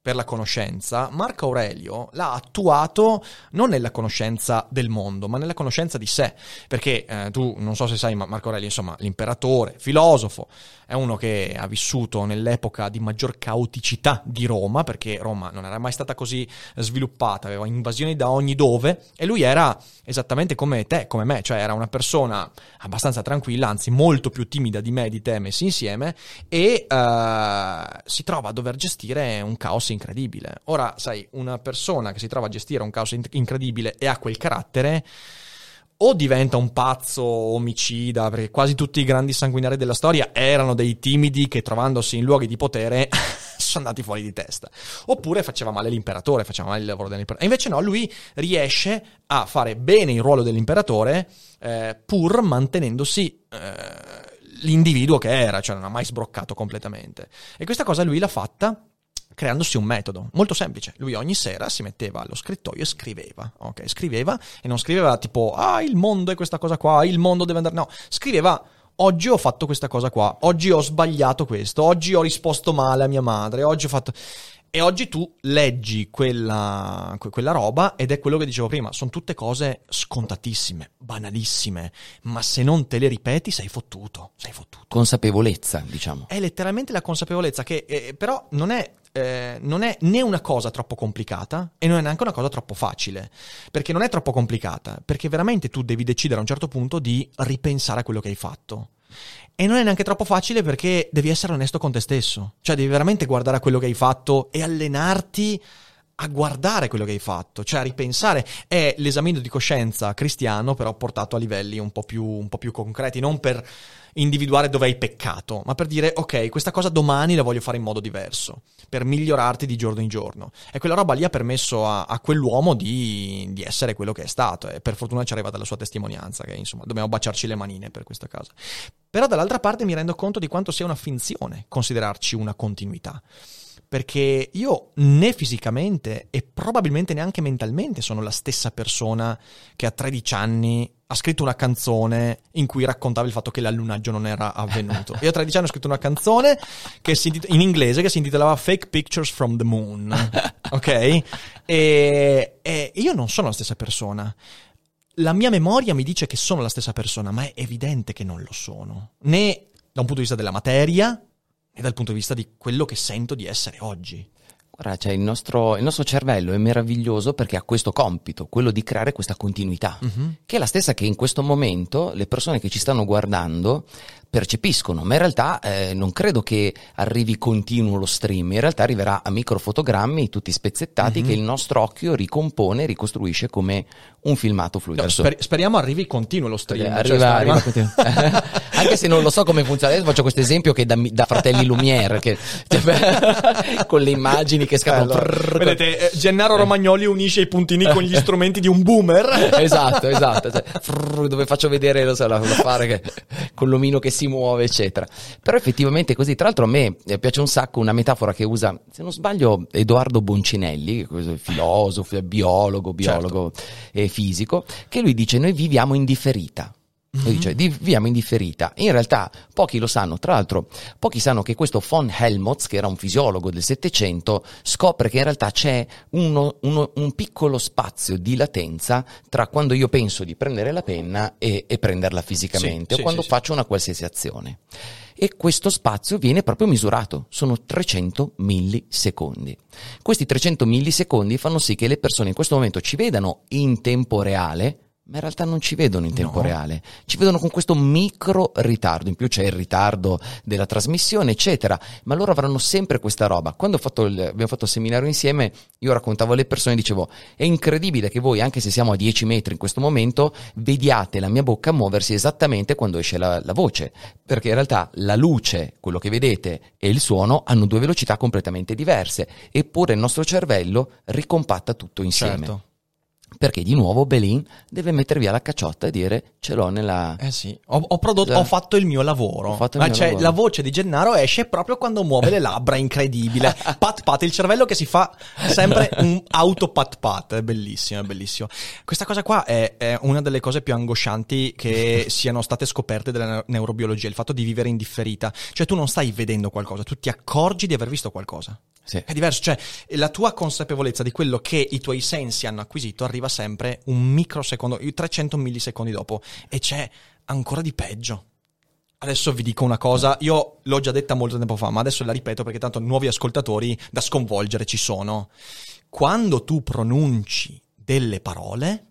per la conoscenza, Marco Aurelio l'ha attuato non nella conoscenza del mondo, ma nella conoscenza di sé. Perché eh, tu, non so se sai, ma Marco Aurelio, insomma, l'imperatore, filosofo, è uno che ha vissuto nell'epoca di maggior caoticità di Roma, perché Roma non era mai stata così sviluppata, aveva invasioni da ogni dove, e lui era esattamente come te, come me, cioè era una persona abbastanza tranquilla, anzi molto più timida di me e di te messi insieme, e uh, si trova a dover gestire un caos incredibile. Ora, sai, una persona che si trova a gestire un caos incredibile e ha quel carattere, o diventa un pazzo omicida, perché quasi tutti i grandi sanguinari della storia erano dei timidi che, trovandosi in luoghi di potere, sono andati fuori di testa, oppure faceva male l'imperatore, faceva male il lavoro dell'imperatore. E invece no, lui riesce a fare bene il ruolo dell'imperatore, eh, pur mantenendosi eh, l'individuo che era, cioè non ha mai sbroccato completamente. E questa cosa lui l'ha fatta creandosi un metodo molto semplice. Lui ogni sera si metteva allo scrittoio e scriveva, ok? Scriveva, e non scriveva tipo, ah, il mondo è questa cosa qua, il mondo deve andare... No, scriveva, oggi ho fatto questa cosa qua, oggi ho sbagliato questo, oggi ho risposto male a mia madre, oggi ho fatto... E oggi tu leggi quella, quella roba ed è quello che dicevo prima, sono tutte cose scontatissime, banalissime, ma se non te le ripeti sei fottuto, sei fottuto. Consapevolezza, diciamo. È letteralmente la consapevolezza che eh, però non è, eh, non è né una cosa troppo complicata e non è neanche una cosa troppo facile. Perché non è troppo complicata, perché veramente tu devi decidere a un certo punto di ripensare a quello che hai fatto. E non è neanche troppo facile perché devi essere onesto con te stesso. Cioè devi veramente guardare a quello che hai fatto e allenarti a guardare quello che hai fatto, cioè a ripensare. È l'esamino di coscienza cristiano, però portato a livelli un po' più, un po' più concreti, non per individuare dove hai peccato, ma per dire, ok, questa cosa domani la voglio fare in modo diverso, per migliorarti di giorno in giorno. E quella roba lì ha permesso a, a quell'uomo di, di essere quello che è stato, e per fortuna ci arriva dalla sua testimonianza, che insomma dobbiamo baciarci le manine per questa cosa. Però dall'altra parte mi rendo conto di quanto sia una finzione considerarci una continuità. Perché io né fisicamente e probabilmente neanche mentalmente sono la stessa persona che a tredici anni ha scritto una canzone in cui raccontava il fatto che l'allunaggio non era avvenuto. Io a tredici anni ho scritto una canzone che si intitola, in inglese, che si intitolava Fake Pictures from the Moon, ok? E, e io non sono la stessa persona. La mia memoria mi dice che sono la stessa persona, ma è evidente che non lo sono. Né da un punto di vista della materia, e dal punto di vista di quello che sento di essere oggi. Guarda, cioè il nostro, il nostro cervello è meraviglioso perché ha questo compito, quello di creare questa continuità, mm-hmm. che è la stessa che in questo momento le persone che ci stanno guardando percepiscono, ma in realtà eh, non credo che arrivi continuo lo stream, in realtà arriverà a microfotogrammi tutti spezzettati, mm-hmm. che il nostro occhio ricompone, ricostruisce come un filmato fluido. No, sper- speriamo arrivi continuo lo stream. Cioè, arriva, cioè, arriva continuo. Anche se non lo so come funziona, adesso faccio questo esempio che da, da Fratelli Lumière, che, cioè, con le immagini che scappano. Allora, vedete, eh, Gennaro Romagnoli unisce i puntini con gli strumenti di un boomer. Esatto, esatto. Cioè, frrr, dove faccio vedere, lo so, la, la fare che, con l'omino che si muove, eccetera. Però effettivamente è così. Tra l'altro a me piace un sacco una metafora che usa, se non sbaglio, Edoardo Boncinelli, che è filosofo, biologo, biologo certo. e fisico, che lui dice: noi viviamo in differita. Mm-hmm. Lui dice, viviamo in differita. In realtà pochi lo sanno, tra l'altro pochi sanno che questo von Helmholtz, che era un fisiologo del Settecento, scopre che in realtà c'è uno, uno, un piccolo spazio di latenza tra quando io penso di prendere la penna e, e prenderla fisicamente, sì, o sì, quando sì, faccio sì. una qualsiasi azione. E questo spazio viene proprio misurato, sono trecento millisecondi. Questi trecento millisecondi fanno sì che le persone in questo momento ci vedano in tempo reale, ma in realtà non ci vedono in tempo no. reale, ci vedono con questo micro ritardo, in più c'è il ritardo della trasmissione, eccetera, ma loro avranno sempre questa roba. Quando ho fatto il, abbiamo fatto il seminario insieme, io raccontavo alle persone, dicevo, è incredibile che voi, anche se siamo a dieci metri in questo momento, vediate la mia bocca muoversi esattamente quando esce la, la voce, perché in realtà la luce, quello che vedete, e il suono hanno due velocità completamente diverse, eppure il nostro cervello ricompatta tutto insieme. Certo. Perché di nuovo Belin deve mettere via la cacciotta e dire ce l'ho nella... Eh sì, ho, ho prodotto, ho fatto il mio lavoro. Ho fatto il Ma mio cioè, lavoro. la voce di Gennaro esce proprio quando muove le labbra, incredibile. Pat pat, il cervello che si fa sempre un auto pat pat, è bellissimo, è bellissimo. Questa cosa qua è, è una delle cose più angoscianti che siano state scoperte della neu- neurobiologia, il fatto di vivere in differita. Cioè tu non stai vedendo qualcosa, tu ti accorgi di aver visto qualcosa. Sì. È diverso, cioè la tua consapevolezza di quello che i tuoi sensi hanno acquisito arriva sempre un microsecondo, trecento millisecondi dopo, e c'è ancora di peggio. Adesso vi dico una cosa, io l'ho già detta molto tempo fa, ma adesso la ripeto perché tanto nuovi ascoltatori da sconvolgere ci sono. Quando tu pronunci delle parole,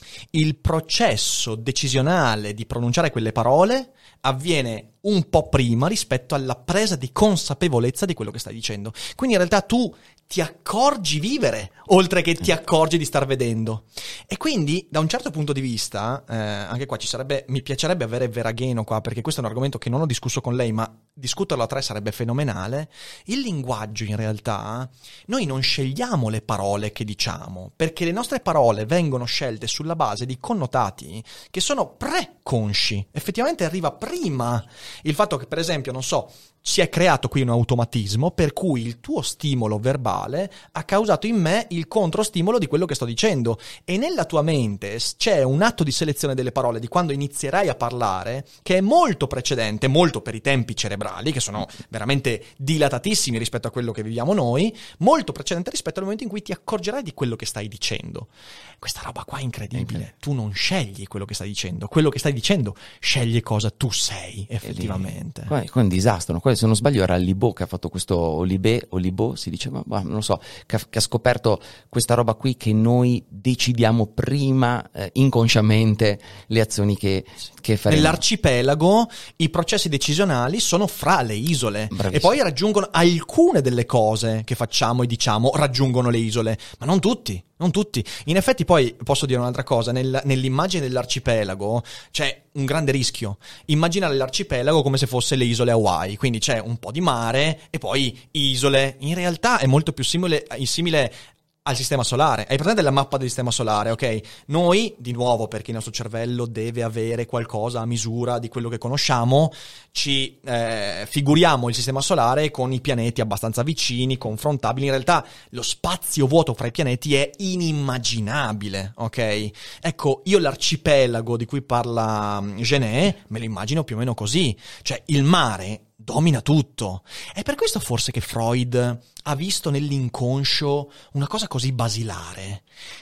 il processo decisionale di pronunciare quelle parole avviene un po' prima rispetto alla presa di consapevolezza di quello che stai dicendo. Quindi in realtà tu ti accorgi vivere, oltre che ti accorgi di star vedendo. E quindi, da un certo punto di vista, eh, anche qua ci sarebbe, mi piacerebbe avere Veragheno qua, perché questo è un argomento che non ho discusso con lei, ma discuterlo a tre sarebbe fenomenale. Il linguaggio, in realtà, noi non scegliamo le parole che diciamo, perché le nostre parole vengono scelte sulla base di connotati che sono preconsci. Effettivamente arriva prima il fatto che, per esempio, non so, si è creato qui un automatismo per cui il tuo stimolo verbale ha causato in me il controstimolo di quello che sto dicendo, e nella tua mente c'è un atto di selezione delle parole di quando inizierai a parlare che è molto precedente, molto per i tempi cerebrali che sono veramente dilatatissimi rispetto a quello che viviamo noi, molto precedente rispetto al momento in cui ti accorgerai di quello che stai dicendo. Questa roba qua è incredibile. Okay. Tu non scegli quello che stai dicendo, quello che stai dicendo sceglie cosa tu sei effettivamente. Qua è un disastro, no? Se non sbaglio era Libo che ha fatto questo, Olibé, Olibo si dice, ma bah, non lo so, che ha, che ha scoperto questa roba qui che noi decidiamo prima eh, inconsciamente le azioni che, che faremo. Nell'arcipelago i processi decisionali sono fra le isole. Bravissimo. E poi raggiungono alcune delle cose che facciamo e diciamo raggiungono le isole, ma non tutti. Non tutti. In effetti poi posso dire un'altra cosa, nel, nell'immagine dell'arcipelago c'è un grande rischio. Immaginare l'arcipelago come se fosse le isole Hawaii, quindi c'è un po' di mare e poi isole. In realtà è molto più simile, simile al sistema solare. Hai presente la mappa del sistema solare, ok? Noi, di nuovo, perché il nostro cervello deve avere qualcosa a misura di quello che conosciamo, ci eh, figuriamo il sistema solare con i pianeti abbastanza vicini, confrontabili. In realtà lo spazio vuoto fra i pianeti è inimmaginabile, ok? Ecco, io l'arcipelago di cui parla Genet me lo immagino più o meno così. Cioè, il mare domina tutto. È per questo forse che Freud ha visto nell'inconscio una cosa così basilare.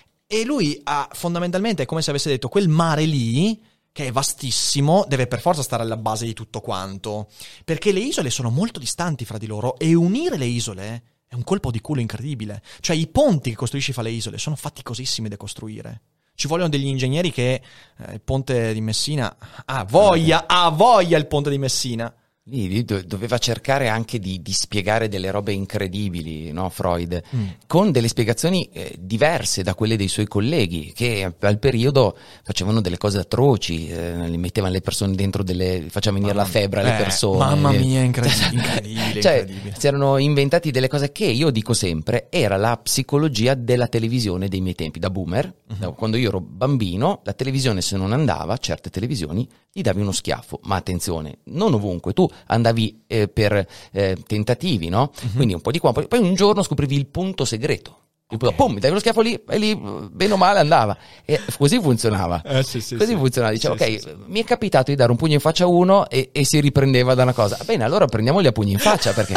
E lui ha fondamentalmente, è come se avesse detto, quel mare lì, che è vastissimo, deve per forza stare alla base di tutto quanto. Perché le isole sono molto distanti fra di loro e unire le isole è un colpo di culo incredibile. Cioè i ponti che costruisci fra le isole sono faticosissimi da costruire. Ci vogliono degli ingegneri che eh, il ponte di Messina ha voglia, ha voglia il ponte di Messina. Lì doveva cercare anche di, di spiegare delle robe incredibili, no, Freud, mm. con delle spiegazioni eh, diverse da quelle dei suoi colleghi, che al periodo facevano delle cose atroci, eh, li mettevano le persone dentro delle, facevano venire mamma, la febbre alle eh, persone. Mamma mia, incredibile, incredibile, cioè, incredibile. Si erano inventati delle cose che io dico sempre, era la psicologia della televisione dei miei tempi, da boomer, uh-huh. da, quando io ero bambino, la televisione se non andava, certe televisioni, gli davi uno schiaffo, ma attenzione, non ovunque, tu andavi eh, per eh, tentativi, no? Uh-huh. Quindi un po' di qua, poi un giorno scoprivi il punto segreto. Okay. Pum, mi dai lo schiaffo lì, e lì bene o male andava. E così funzionava. Eh, sì, sì, così sì. funzionava. Dicevo, sì, ok, sì, sì. mi è capitato di dare un pugno in faccia a uno e, e si riprendeva da una cosa. Bene, allora prendiamoli a pugni in faccia, perché...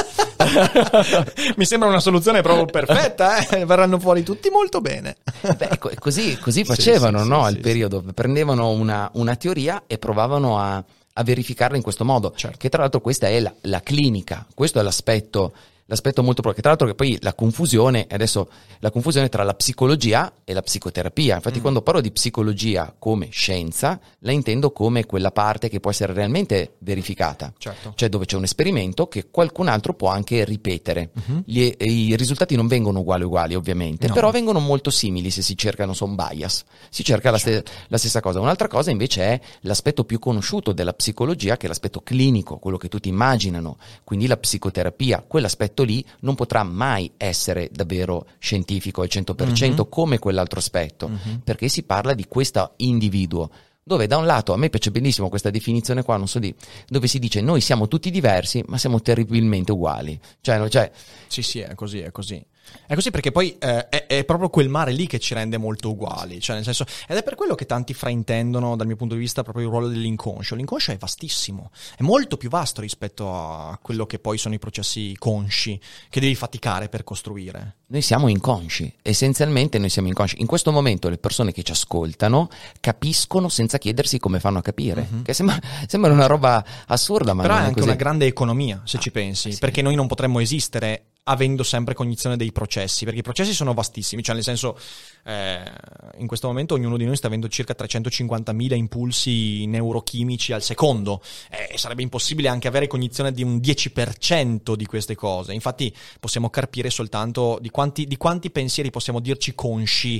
mi sembra una soluzione proprio perfetta, eh? Verranno fuori tutti molto bene. Beh, così, così facevano, sì, sì, no? sì, Al sì, periodo. Sì. Prendevano una, una teoria e provavano a, a verificarla in questo modo. Certo. Che tra l'altro questa è la, la clinica. Questo è l'aspetto... L'aspetto molto pro, che tra l'altro che poi la confusione, adesso la confusione tra la psicologia e la psicoterapia. Infatti mm. quando parlo di psicologia come scienza, la intendo come quella parte che può essere realmente verificata. Certo. Cioè dove c'è un esperimento che qualcun altro può anche ripetere. Mm-hmm. Gli, I risultati non vengono uguali uguali ovviamente, no. Però vengono molto simili se si cercano, sono bias. Si cerca la, certo. ste, la stessa cosa. Un'altra cosa invece è l'aspetto più conosciuto della psicologia, che è l'aspetto clinico, quello che tutti immaginano. Quindi la psicoterapia, quell'aspetto aspetto lì non potrà mai essere davvero scientifico al cento per cento mm-hmm. come quell'altro aspetto, mm-hmm. perché si parla di questo individuo, dove da un lato a me piace benissimo questa definizione qua, non so di, dove si dice noi siamo tutti diversi ma siamo terribilmente uguali, cioè, cioè sì sì è così, è così. È così perché poi eh, è, è proprio quel mare lì che ci rende molto uguali, cioè nel senso, ed è per quello che tanti fraintendono dal mio punto di vista proprio il ruolo dell'inconscio. L'inconscio è vastissimo, è molto più vasto rispetto a quello che poi sono i processi consci che devi faticare per costruire. Noi siamo inconsci, essenzialmente noi siamo inconsci. In questo momento le persone che ci ascoltano capiscono senza chiedersi come fanno a capire, mm-hmm. che sembra, sembra una roba assurda, ma però non è è anche così. Una grande economia, se ci pensi, eh sì. perché noi non potremmo esistere avendo sempre cognizione dei processi, perché i processi sono vastissimi, cioè nel senso eh, in questo momento ognuno di noi sta avendo circa trecentocinquantamila impulsi neurochimici al secondo, e eh, sarebbe impossibile anche avere cognizione di un dieci per cento di queste cose. Infatti possiamo carpire soltanto di quanti, di quanti pensieri possiamo dirci consci,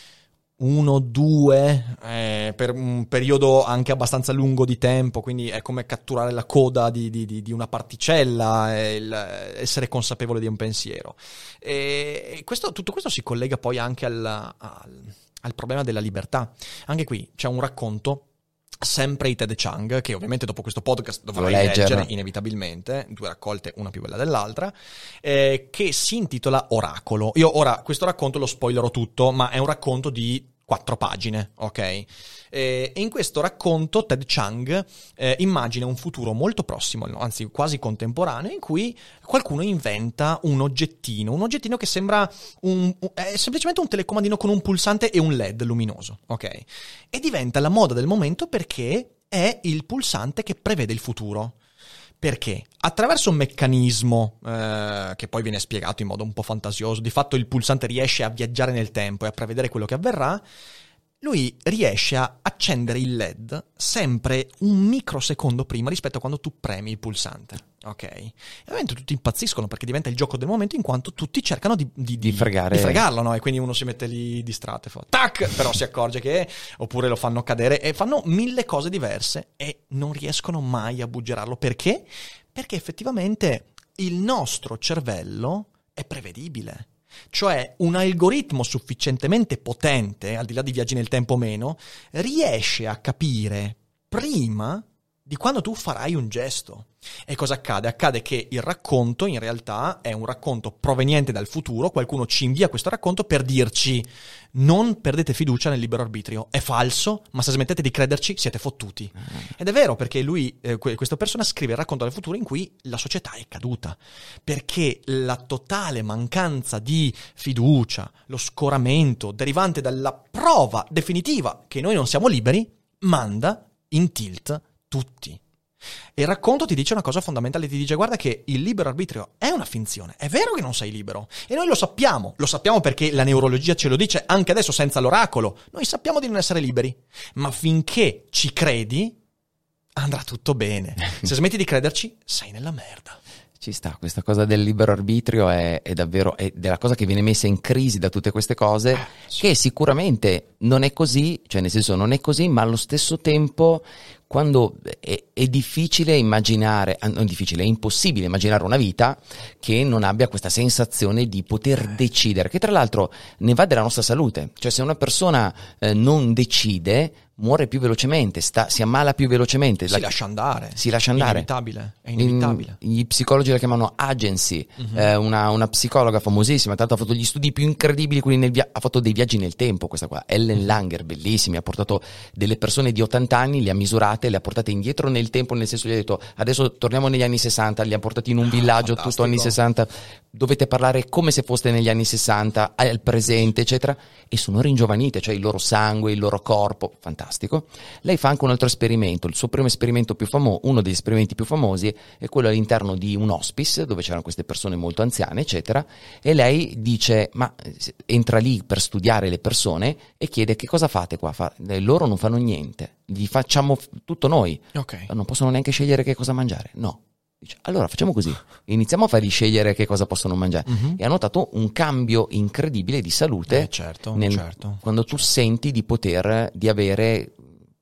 uno, due, eh, per un periodo anche abbastanza lungo di tempo, quindi è come catturare la coda di, di, di una particella, e il, essere consapevole di un pensiero. E questo, tutto questo si collega poi anche al, al, al problema della libertà. Anche qui c'è un racconto, sempre di Ted Chiang, che ovviamente dopo questo podcast dovrai leggere, leggere inevitabilmente, due raccolte, una più bella dell'altra, eh, che si intitola Oracolo. Io ora questo racconto lo spoilerò tutto, ma è un racconto di quattro pagine, ok? Eh, e in questo racconto Ted Chiang eh, immagina un futuro molto prossimo, anzi quasi contemporaneo, in cui qualcuno inventa un oggettino, un oggettino che sembra un, è semplicemente un telecomandino con un pulsante e un L E D luminoso, ok? E diventa la moda del momento perché è il pulsante che prevede il futuro. Perché? Attraverso un meccanismo eh, che poi viene spiegato in modo un po' fantasioso, di fatto il pulsante riesce a viaggiare nel tempo e a prevedere quello che avverrà, lui riesce a accendere il L E D sempre un microsecondo prima rispetto a quando tu premi il pulsante, ok? E ovviamente tutti impazziscono perché diventa il gioco del momento, in quanto tutti cercano di, di, di, fregare. di fregarlo, no? E quindi uno si mette lì distratto e fa tac, però si accorge che, oppure lo fanno cadere, e fanno mille cose diverse e non riescono mai a buggerarlo. Perché? Perché effettivamente il nostro cervello è prevedibile. Cioè un algoritmo sufficientemente potente, al di là di viaggi nel tempo o meno, riesce a capire prima di quando tu farai un gesto. E cosa accade? Accade che il racconto in realtà è un racconto proveniente dal futuro, qualcuno ci invia questo racconto per dirci non perdete fiducia nel libero arbitrio, è falso, ma se smettete di crederci siete fottuti. Ed è vero, perché lui, eh, questa persona scrive il racconto del futuro in cui la società è caduta, perché la totale mancanza di fiducia, lo scoramento derivante dalla prova definitiva che noi non siamo liberi, manda in tilt tutti. E il racconto ti dice una cosa fondamentale, ti dice guarda che il libero arbitrio è una finzione, è vero che non sei libero e noi lo sappiamo, lo sappiamo perché la neurologia ce lo dice anche adesso senza l'oracolo, noi sappiamo di non essere liberi, ma finché ci credi andrà tutto bene, se smetti di crederci sei nella merda. Ci sta, questa cosa del libero arbitrio è, è davvero è della cosa che viene messa in crisi da tutte queste cose, eh, sì. Che sicuramente non è così, cioè nel senso non è così, ma allo stesso tempo quando è, è difficile immaginare, non difficile, è impossibile immaginare una vita che non abbia questa sensazione di poter decidere, che tra l'altro ne va della nostra salute, cioè se una persona eh, non decide muore più velocemente, sta, si ammala più velocemente. Si la, lascia andare. Si lascia andare. Inevitabile. È inevitabile. In, gli psicologi la chiamano agency, uh-huh. eh, una, una psicologa famosissima, tra l'altro ha fatto gli studi più incredibili, quelli nel via- ha fatto dei viaggi nel tempo, questa qua, Ellen Langer, bellissimi, ha portato delle persone di ottanta anni, le ha misurate, le ha portate indietro nel tempo, nel senso gli ha detto adesso torniamo negli anni sessanta, li ha portati in un villaggio ah, tutto anni sessanta, dovete parlare come se foste negli anni sessanta, al presente, eccetera, e sono ringiovanite, cioè il loro sangue, il loro corpo, fantastico. Lei fa anche un altro esperimento, il suo primo esperimento più famoso, uno degli esperimenti più famosi è quello all'interno di un hospice dove c'erano queste persone molto anziane, eccetera, e lei dice, ma entra lì per studiare le persone e chiede che cosa fate qua? Fa, loro non fanno niente, gli facciamo tutto noi, okay. Non possono neanche scegliere che cosa mangiare, no. Dice, allora facciamo così, iniziamo a fargli scegliere che cosa possono mangiare, uh-huh. E ha notato un cambio incredibile di salute eh, certo, nel, certo, quando certo. tu senti di poter, di avere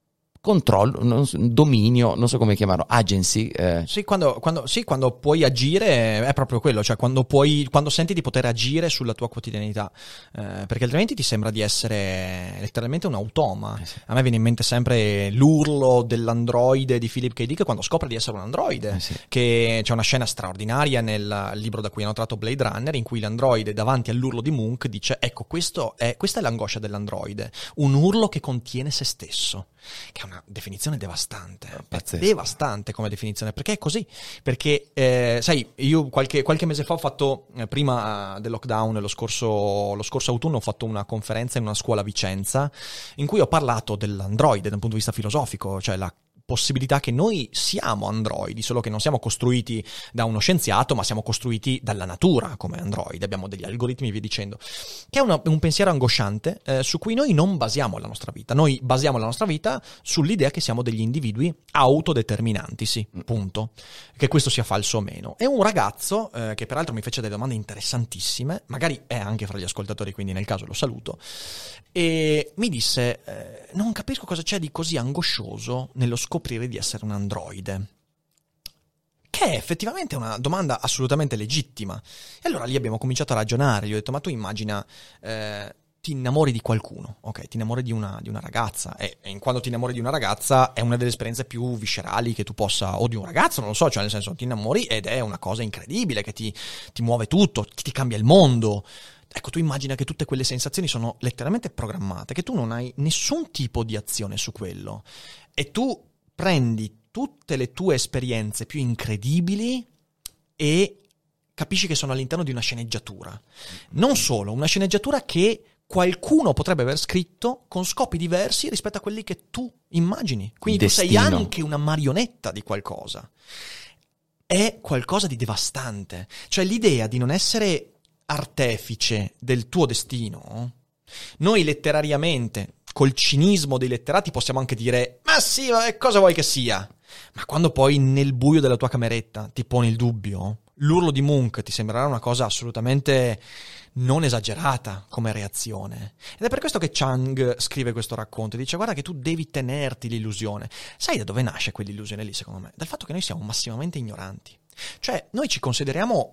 controllo, non so, dominio, non so come chiamarlo, agency. Eh. Sì, quando, quando, sì, quando puoi agire è proprio quello, cioè quando puoi, quando senti di poter agire sulla tua quotidianità, eh, perché altrimenti ti sembra di essere letteralmente un automa. Eh sì. A me viene in mente sempre l'urlo dell'androide di Philip K. Dick quando scopre di essere un androide, Eh sì. che c'è una scena straordinaria nel libro da cui hanno tratto Blade Runner in cui l'androide davanti all'urlo di Munch dice: ecco, questo è, questa è l'angoscia dell'androide, un urlo che contiene se stesso, che è una definizione devastante, Pazzesco. è devastante come definizione, perché è così, perché eh, sai, io qualche, qualche mese fa ho fatto, eh, prima del lockdown, lo scorso, lo scorso autunno ho fatto una conferenza in una scuola a Vicenza in cui ho parlato dell'androide da un punto di vista filosofico, cioè la possibilità che noi siamo androidi, solo che non siamo costruiti da uno scienziato, ma siamo costruiti dalla natura come androidi, abbiamo degli algoritmi e via dicendo, che è una, un pensiero angosciante eh, su cui noi non basiamo la nostra vita. Noi basiamo la nostra vita sull'idea che siamo degli individui autodeterminanti, sì, punto. Che questo sia falso o meno. E un ragazzo, eh, che peraltro mi fece delle domande interessantissime, magari è anche fra gli ascoltatori, quindi nel caso lo saluto, e mi disse, eh, non capisco cosa c'è di così angoscioso nello scoprire di essere un androide. Che è effettivamente una domanda assolutamente legittima. E allora lì abbiamo cominciato a ragionare. Gli ho detto: ma tu immagina, eh, ti innamori di qualcuno, ok? Ti innamori di una, di una ragazza, e, e in quando ti innamori di una ragazza è una delle esperienze più viscerali che tu possa, o di un ragazzo, non lo so, cioè nel senso ti innamori ed è una cosa incredibile che ti, ti muove tutto, che ti cambia il mondo. Ecco, tu immagina che tutte quelle sensazioni sono letteralmente programmate, che tu non hai nessun tipo di azione su quello, e tu prendi tutte le tue esperienze più incredibili e capisci che sono all'interno di una sceneggiatura. Non solo, una sceneggiatura che qualcuno potrebbe aver scritto con scopi diversi rispetto a quelli che tu immagini. Quindi Destino. Tu sei anche una marionetta di qualcosa. È qualcosa di devastante. Cioè l'idea di non essere artefice del tuo destino, noi letterariamente, col cinismo dei letterati, possiamo anche dire: ma sì, ma cosa vuoi che sia? Ma quando poi nel buio della tua cameretta ti poni il dubbio, l'urlo di Munch ti sembrerà una cosa assolutamente non esagerata come reazione. Ed è per questo che Chang scrive questo racconto e dice: guarda che tu devi tenerti l'illusione. Sai da dove nasce quell'illusione lì, secondo me? Dal fatto che noi siamo massimamente ignoranti. Cioè, noi ci consideriamo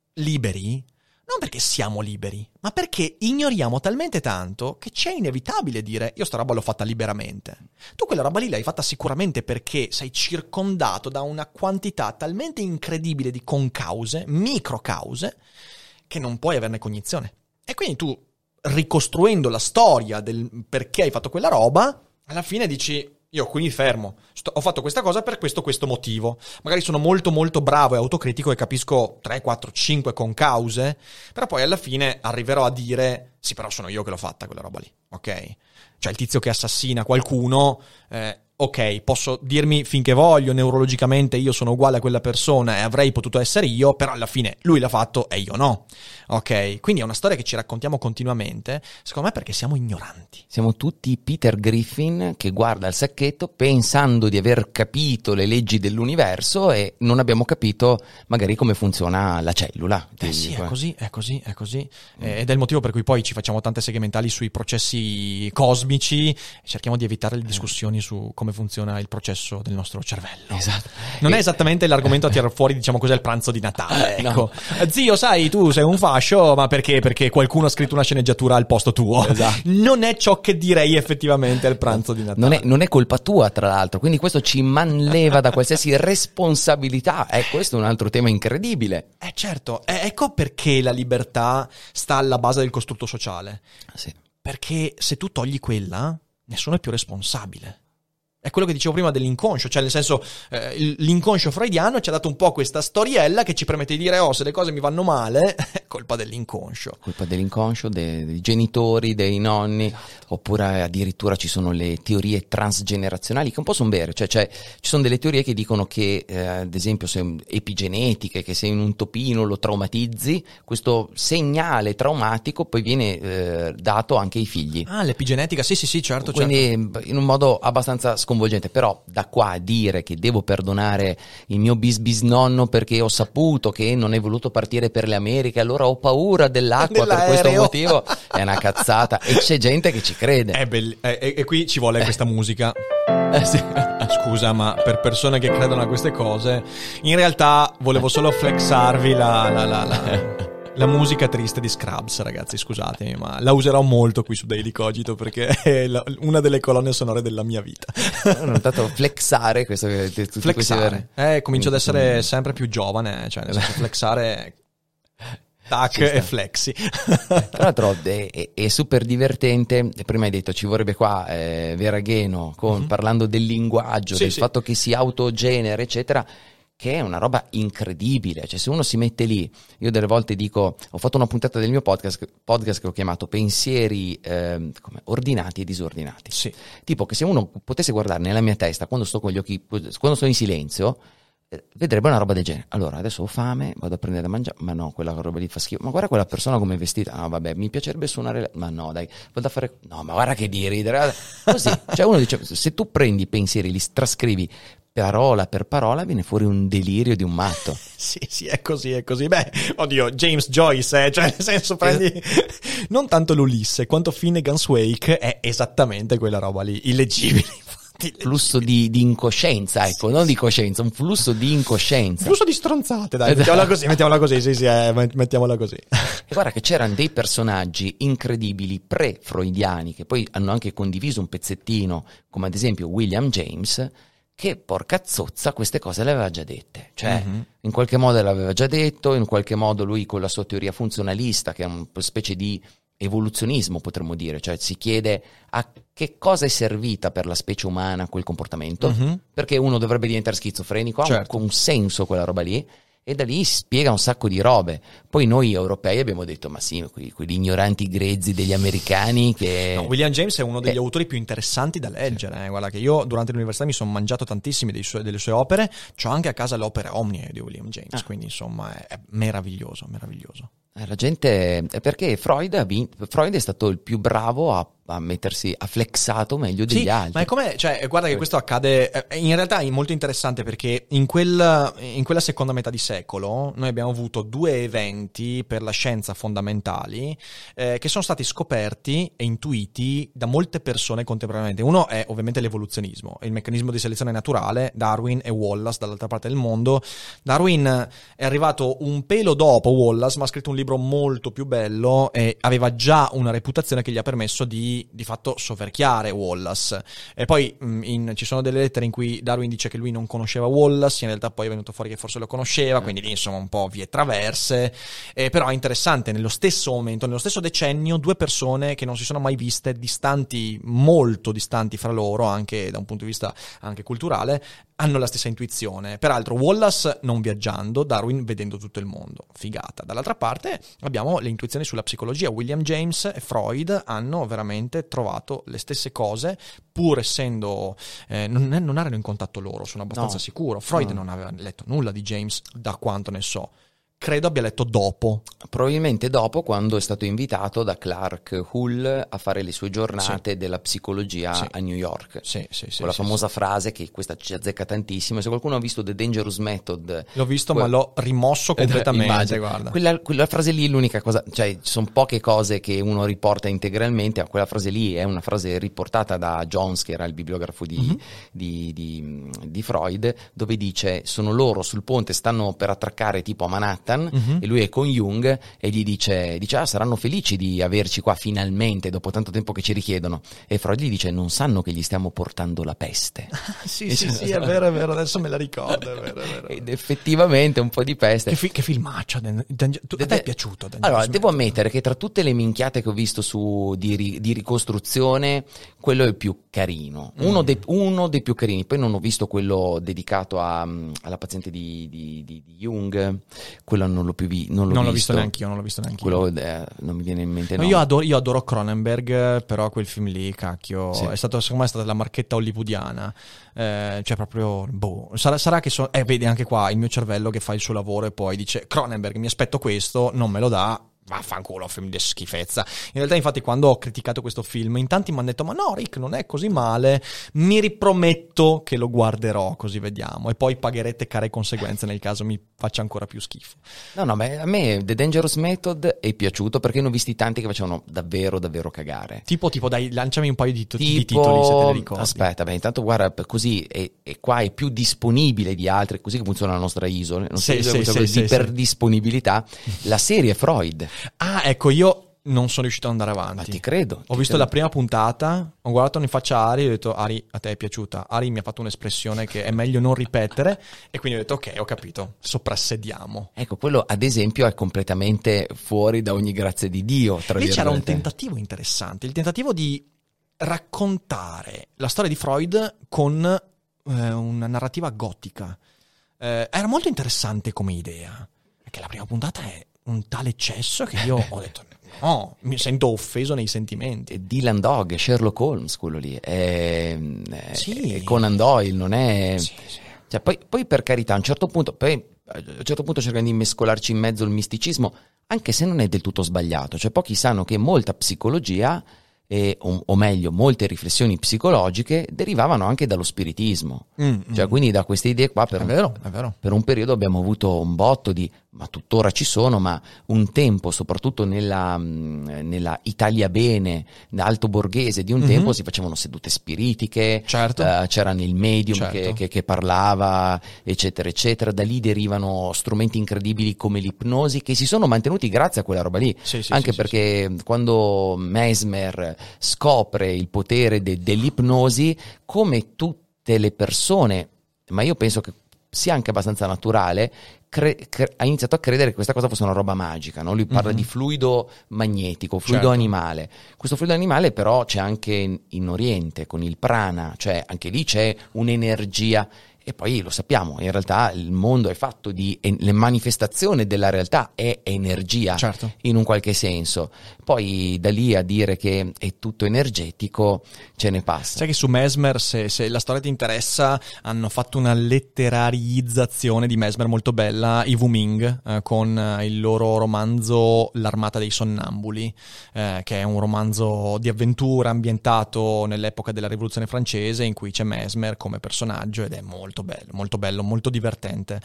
liberi non perché siamo liberi, ma perché ignoriamo talmente tanto che c'è inevitabile dire: io sta roba l'ho fatta liberamente. Tu quella roba lì l'hai fatta sicuramente perché sei circondato da una quantità talmente incredibile di concause, microcause, che non puoi averne cognizione. E quindi tu, ricostruendo la storia del perché hai fatto quella roba, alla fine dici: io qui mi fermo, Sto, ho fatto questa cosa per questo questo motivo. Magari sono molto molto bravo e autocritico e capisco tre, quattro, cinque concause, però poi alla fine arriverò a dire: sì, però sono io che l'ho fatta quella roba lì, ok? Cioè il tizio che assassina qualcuno, eh, ok, posso dirmi finché voglio neurologicamente io sono uguale a quella persona e avrei potuto essere io, però alla fine lui l'ha fatto e io no, ok? Quindi è una storia che ci raccontiamo continuamente, secondo me perché siamo ignoranti. Siamo tutti Peter Griffin che guarda il sacchetto pensando di aver capito le leggi dell'universo e non abbiamo capito magari come funziona la cellula. Eh sì, è così, è così, è così. Mm. Ed è il motivo per cui poi ci facciamo tante segmentali sui processi cosmici e cerchiamo di evitare le discussioni su come funziona il processo del nostro cervello. Esatto. Non e... è esattamente l'argomento a tirar fuori, diciamo così, il pranzo di Natale. Ecco. No. Zio, sai, tu sei un fascio, ma perché? Perché qualcuno ha scritto una sceneggiatura al posto tuo. Esatto. Non è ciò che direi effettivamente al pranzo di Natale. Non è, non è colpa tua, tra l'altro, quindi questo ci manleva da qualsiasi responsabilità. E questo è un altro tema incredibile. Eh certo, eh, ecco perché la libertà sta alla base del costrutto sociale. Sì. Perché se tu togli quella, nessuno è più responsabile. È quello che dicevo prima dell'inconscio, cioè nel senso eh, l'inconscio freudiano ci ha dato un po' questa storiella che ci permette di dire: oh, se le cose mi vanno male è colpa dell'inconscio. Colpa dell'inconscio, dei, dei genitori, dei nonni, esatto. Oppure addirittura ci sono le teorie transgenerazionali che un po' sono vere, cioè, cioè ci sono delle teorie che dicono che eh, ad esempio se epigenetiche, che se in un topino lo traumatizzi, questo segnale traumatico poi viene eh, dato anche ai figli. Ah, l'epigenetica, sì sì sì, certo. Quindi certo. in un modo abbastanza scontato. sconvolgente, però da qua a dire che devo perdonare il mio bis bisnonno perché ho saputo che non è voluto partire per le Americhe, allora ho paura dell'acqua per questo motivo, è una cazzata, e c'è gente che ci crede. È belli- e, e qui ci vuole Eh. questa musica. Eh, sì. Scusa, ma per persone che credono a queste cose, in realtà volevo solo flexarvi la, la, la, la, la musica triste di Scrubs, ragazzi, scusatemi, ma la userò molto qui su Daily Cogito perché è la- una delle colonne sonore della mia vita. Ho notato flexare questo, tutti Flexare. questi- Eh, comincio ad essere sempre più giovane, cioè nel senso flexare... Tac Ci sta. e flexi. Tra l'altro è, è- è super divertente. Prima hai detto ci vorrebbe qua eh, Veragheno con, Mhm. parlando del linguaggio, Sì, del sì. fatto che si autogenera eccetera, che è una roba incredibile. Cioè se uno si mette lì, io delle volte dico, ho fatto una puntata del mio podcast, podcast che ho chiamato Pensieri ehm, come, ordinati e disordinati. Sì. Tipo che se uno potesse guardare nella mia testa quando sto con gli occhi, quando sto in silenzio, eh, vedrebbe una roba del genere. Allora adesso ho fame, vado a prendere da mangiare, ma no, quella roba lì fa schifo. Ma guarda quella persona come è vestita, no vabbè, mi piacerebbe suonare, ma no dai, vado a fare, no ma guarda che di ridere, così. Cioè uno dice, se tu prendi i pensieri, li trascrivi parola per parola, viene fuori un delirio di un matto. Sì, sì, è così, è così. Beh, oddio, James Joyce, eh, cioè nel senso prendi non tanto l'Ulisse quanto Finnegan's Wake è esattamente quella roba lì, illeggibile. Infatti, Flusso di, di incoscienza, ecco, non di coscienza, un flusso di incoscienza. flusso di stronzate, dai, mettiamola così, mettiamola così, sì, sì, eh, mettiamola così. E guarda che c'erano dei personaggi incredibili pre-freudiani che poi hanno anche condiviso un pezzettino, come ad esempio William James, che porca zozza queste cose le aveva già dette. Cioè, Mhm. in qualche modo l'aveva già detto, in qualche modo lui con la sua teoria funzionalista, che è una specie di evoluzionismo potremmo dire, cioè si chiede a che cosa è servita per la specie umana quel comportamento, Mhm. perché uno dovrebbe diventare schizofrenico, ha un- Certo. un senso quella roba lì, e da lì spiega un sacco di robe. Poi noi europei abbiamo detto ma sì, que- quegli ignoranti grezzi degli americani che... No, William James è uno degli Eh. autori più interessanti da leggere, eh. Guarda che io durante l'università mi sono mangiato tantissime dei suoi- delle sue opere, c'ho anche a casa le opere omnie di William James, Ah. quindi insomma è, è meraviglioso, meraviglioso. Eh, La gente, è perché Freud, ha vin- Freud è stato il più bravo a, a mettersi, ha flexato meglio degli Sì, altri. ma è come, cioè, guarda che questo accade, eh, in realtà è molto interessante perché in, quel, in quella seconda metà di secolo noi abbiamo avuto due eventi per la scienza fondamentali eh, che sono stati scoperti e intuiti da molte persone contemporaneamente. Uno è ovviamente l'evoluzionismo, il meccanismo di selezione naturale, Darwin e Wallace dall'altra parte del mondo. Darwin è arrivato un pelo dopo Wallace, ma ha scritto un libro molto più bello e aveva già una reputazione che gli ha permesso di, di fatto soverchiare Wallace. E poi mh, in- ci sono delle lettere in cui Darwin dice che lui non conosceva Wallace, in realtà poi è venuto fuori che forse lo conosceva, quindi lì insomma un po' vie traverse. Eh, però è interessante, nello stesso momento, nello stesso decennio, due persone che non si sono mai viste, distanti, molto distanti fra loro, anche da un punto di vista anche culturale, hanno la stessa intuizione. Peraltro Wallace non viaggiando, Darwin vedendo tutto il mondo. Figata. Dall'altra parte abbiamo le intuizioni sulla psicologia. William James e Freud hanno veramente trovato le stesse cose, pur essendo eh, non, non erano in contatto loro, sono abbastanza No. sicuro. Freud No. non aveva letto nulla di James, da quanto ne so. Credo abbia letto dopo. Probabilmente dopo, quando è stato invitato da Clark Hull a fare le sue giornate della psicologia Sì. a New York. Sì, sì, sì. Con la sì, famosa frase, che questa ci azzecca tantissimo, se qualcuno ha visto The Dangerous Method... sì. L'ho visto, que- ma l'ho rimosso completamente. Immagino. Guarda. Quella, quella frase lì è l'unica cosa, cioè ci sono poche cose che uno riporta integralmente, ma quella frase lì è una frase riportata da Jones, che era il bibliografo di, Mhm. di, di, di Freud, dove dice sono loro sul ponte, stanno per attraccare tipo a Manhattan, Mhm. e lui è con Jung e gli dice, dice ah, saranno felici di averci qua finalmente dopo tanto tempo che ci richiedono, e Freud gli dice non sanno che gli stiamo portando la peste. Sì, sì, sì, è vero, è vero, adesso me la ricordo, è vero, è vero. Ed effettivamente un po' di peste. Che, fi- che filmaccio, Dan- Dan- tu- a te è piaciuto? Dangerous Allora, devo Method? ammettere che tra tutte le minchiate che ho visto su di, ri- di ricostruzione, quello è il più carino, uno, Mm. dei, uno dei più carini. Poi non ho visto quello dedicato a, mm, alla paziente di, di, di, di Jung, quello non l'ho più vi- non l'ho Non l'ho visto, visto neanche io, non l'ho visto neanche quello io. eh, non mi viene in mente. No, no. io, adoro, io adoro Cronenberg, però quel film lì, cacchio, Sì. è stato, secondo me è stata la marchetta hollywoodiana. Eh, cioè proprio, boh, sarà, sarà che so, eh, vedi anche qua il mio cervello che fa il suo lavoro e poi dice Cronenberg, mi aspetto questo, non me lo dà, vaffanculo, film di schifezza. In realtà, infatti, quando ho criticato questo film, in tanti mi hanno detto: ma no, Rick, non è così male, mi riprometto che lo guarderò, così vediamo, e poi pagherete care conseguenze nel caso mi faccia ancora più schifo. No, no, beh, a me The Dangerous Method è piaciuto perché ne ho visti tanti che facevano davvero, davvero cagare. Tipo, tipo, dai, lanciami un paio di, to- Tipo, di titoli, se te li ricordi. Aspetta, beh, intanto guarda, così, e, e qua è più disponibile di altri, così che funziona la nostra isola, la nostra Sì, isola sì, funziona sì, di sì, iperdisponibilità, la serie Freud. Ah, ecco, io non sono riuscito ad andare avanti. Ma ti credo. Ho ti visto credo. la prima puntata, ho guardato in faccia a Ari e ho detto: Ari, a te è piaciuta? Ari mi ha fatto un'espressione che è meglio non ripetere, e quindi ho detto: ok, ho capito, soprassediamo. Ecco, quello ad esempio è completamente fuori da ogni grazia di Dio. Tra Lì c'era un virgolette. tentativo interessante, il tentativo di raccontare la storia di Freud con eh, una narrativa gotica. Eh, era molto interessante come idea, perché la prima puntata è un tale eccesso che io ho detto: no, mi sento offeso nei sentimenti. È Dylan Dog, Sherlock Holmes, quello lì. È, è- Sì. è Conan Doyle, non è... Sì, sì. Cioè, poi, poi per carità, a un certo punto, poi a un certo punto cercano di mescolarci in mezzo il misticismo, anche se non è del tutto sbagliato. Cioè, pochi sanno che molta psicologia, e, o, o meglio, molte riflessioni psicologiche derivavano anche dallo spiritismo. Mm, Cioè, mm. quindi da queste idee qua per È un- vero, è vero. per un periodo abbiamo avuto un botto di, ma tuttora ci sono, ma un tempo, soprattutto nella, mh, nella Italia bene, alto borghese di un Mhm. tempo, si facevano sedute spiritiche, Certo. eh, c'era il medium Certo. che, che- che parlava, eccetera, eccetera. Da lì derivano strumenti incredibili come l'ipnosi, che si sono mantenuti grazie a quella roba lì. Sì, sì, Anche sì, perché quando Mesmer scopre il potere de- dell'ipnosi, come tutte le persone, ma io penso che sia anche abbastanza naturale, cre- cre- ha iniziato a credere che questa cosa fosse una roba magica, no? Lui parla Mhm. di fluido magnetico, fluido Certo. animale. Questo fluido animale però c'è anche in, in Oriente con il prana, cioè anche lì c'è un'energia. E poi lo sappiamo, in realtà il mondo è fatto di, e la manifestazione della realtà è energia, Certo. in un qualche senso. Poi da lì a dire che è tutto energetico ce ne passa. Sai che su Mesmer, se, se la storia ti interessa, hanno fatto una letterarizzazione di Mesmer molto bella, i Wuming, eh, con eh, il loro romanzo L'armata dei sonnambuli, eh, che è un romanzo di avventura ambientato nell'epoca della rivoluzione francese, in cui c'è Mesmer come personaggio ed è molto bello, molto bello, molto divertente.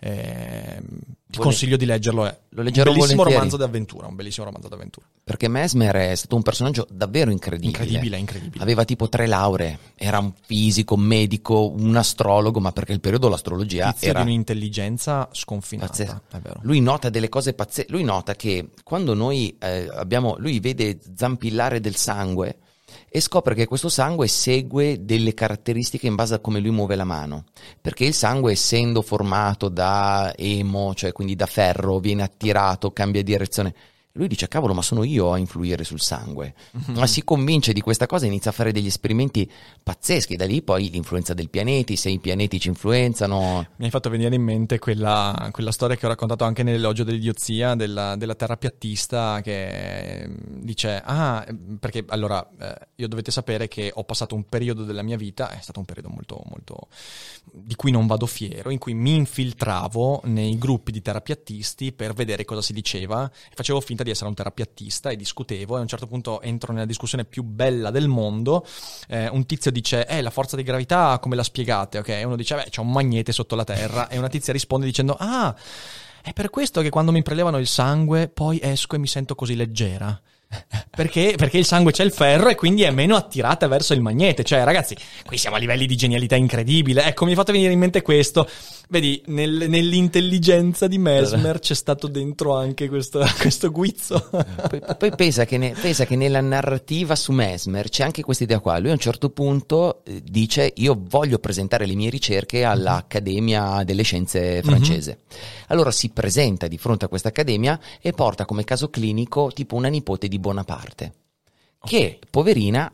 Eh, ti Vole- consiglio di leggerlo, è Lo leggerò un bellissimo volentieri. romanzo d'avventura, un bellissimo romanzo d'avventura. Perché Mesmer è stato un personaggio davvero incredibile. Incredibile, incredibile. Aveva tipo tre lauree, era un fisico, un medico, un astrologo, ma perché il periodo l'astrologia Tizio era di un'intelligenza sconfinata, pazzesca. è vero. Lui nota delle cose pazzesche. Lui nota che quando noi eh, abbiamo, lui vede zampillare del sangue e scopre che questo sangue segue delle caratteristiche in base a come lui muove la mano, perché il sangue, essendo formato da emo, cioè quindi da ferro, viene attirato, cambia direzione. Lui dice: cavolo, ma sono io a influire sul sangue. Ma si convince di questa cosa e inizia a fare degli esperimenti pazzeschi. Da lì poi l'influenza dei pianeti, se i pianeti ci influenzano. Mi hai fatto venire in mente quella, quella storia che ho raccontato anche nell'elogio dell'idiozia della, della terra piattista, che dice: ah, perché allora eh, io dovete sapere che ho passato un periodo della mia vita, è stato un periodo molto, molto di cui non vado fiero, in cui mi infiltravo nei gruppi di terapiattisti per vedere cosa si diceva e facevo finta di essere un terapiattista e discutevo, e a un certo punto entro nella discussione più bella del mondo. Eh, un tizio dice: eh, la forza di gravità come la spiegate? Ok, e uno dice: beh, c'è un magnete sotto la terra, e una tizia risponde dicendo: ah, è per questo che quando mi prelevano il sangue poi esco e mi sento così leggera. Perché? Perché il sangue c'è il ferro e quindi è meno attirata verso il magnete. Cioè, ragazzi, qui siamo a livelli di genialità incredibile. Ecco, mi è fatto venire in mente questo. Vedi, nel- nell'intelligenza di Mesmer c'è stato dentro anche questo, questo guizzo. Poi, poi pensa, che ne- pensa che nella narrativa su Mesmer c'è anche questa idea qua. Lui a un certo punto eh, dice: io voglio presentare le mie ricerche all'Accademia delle Scienze francese. Allora si presenta di fronte a questa accademia e porta come caso clinico tipo una nipote di Bonaparte, che poverina ha c'ha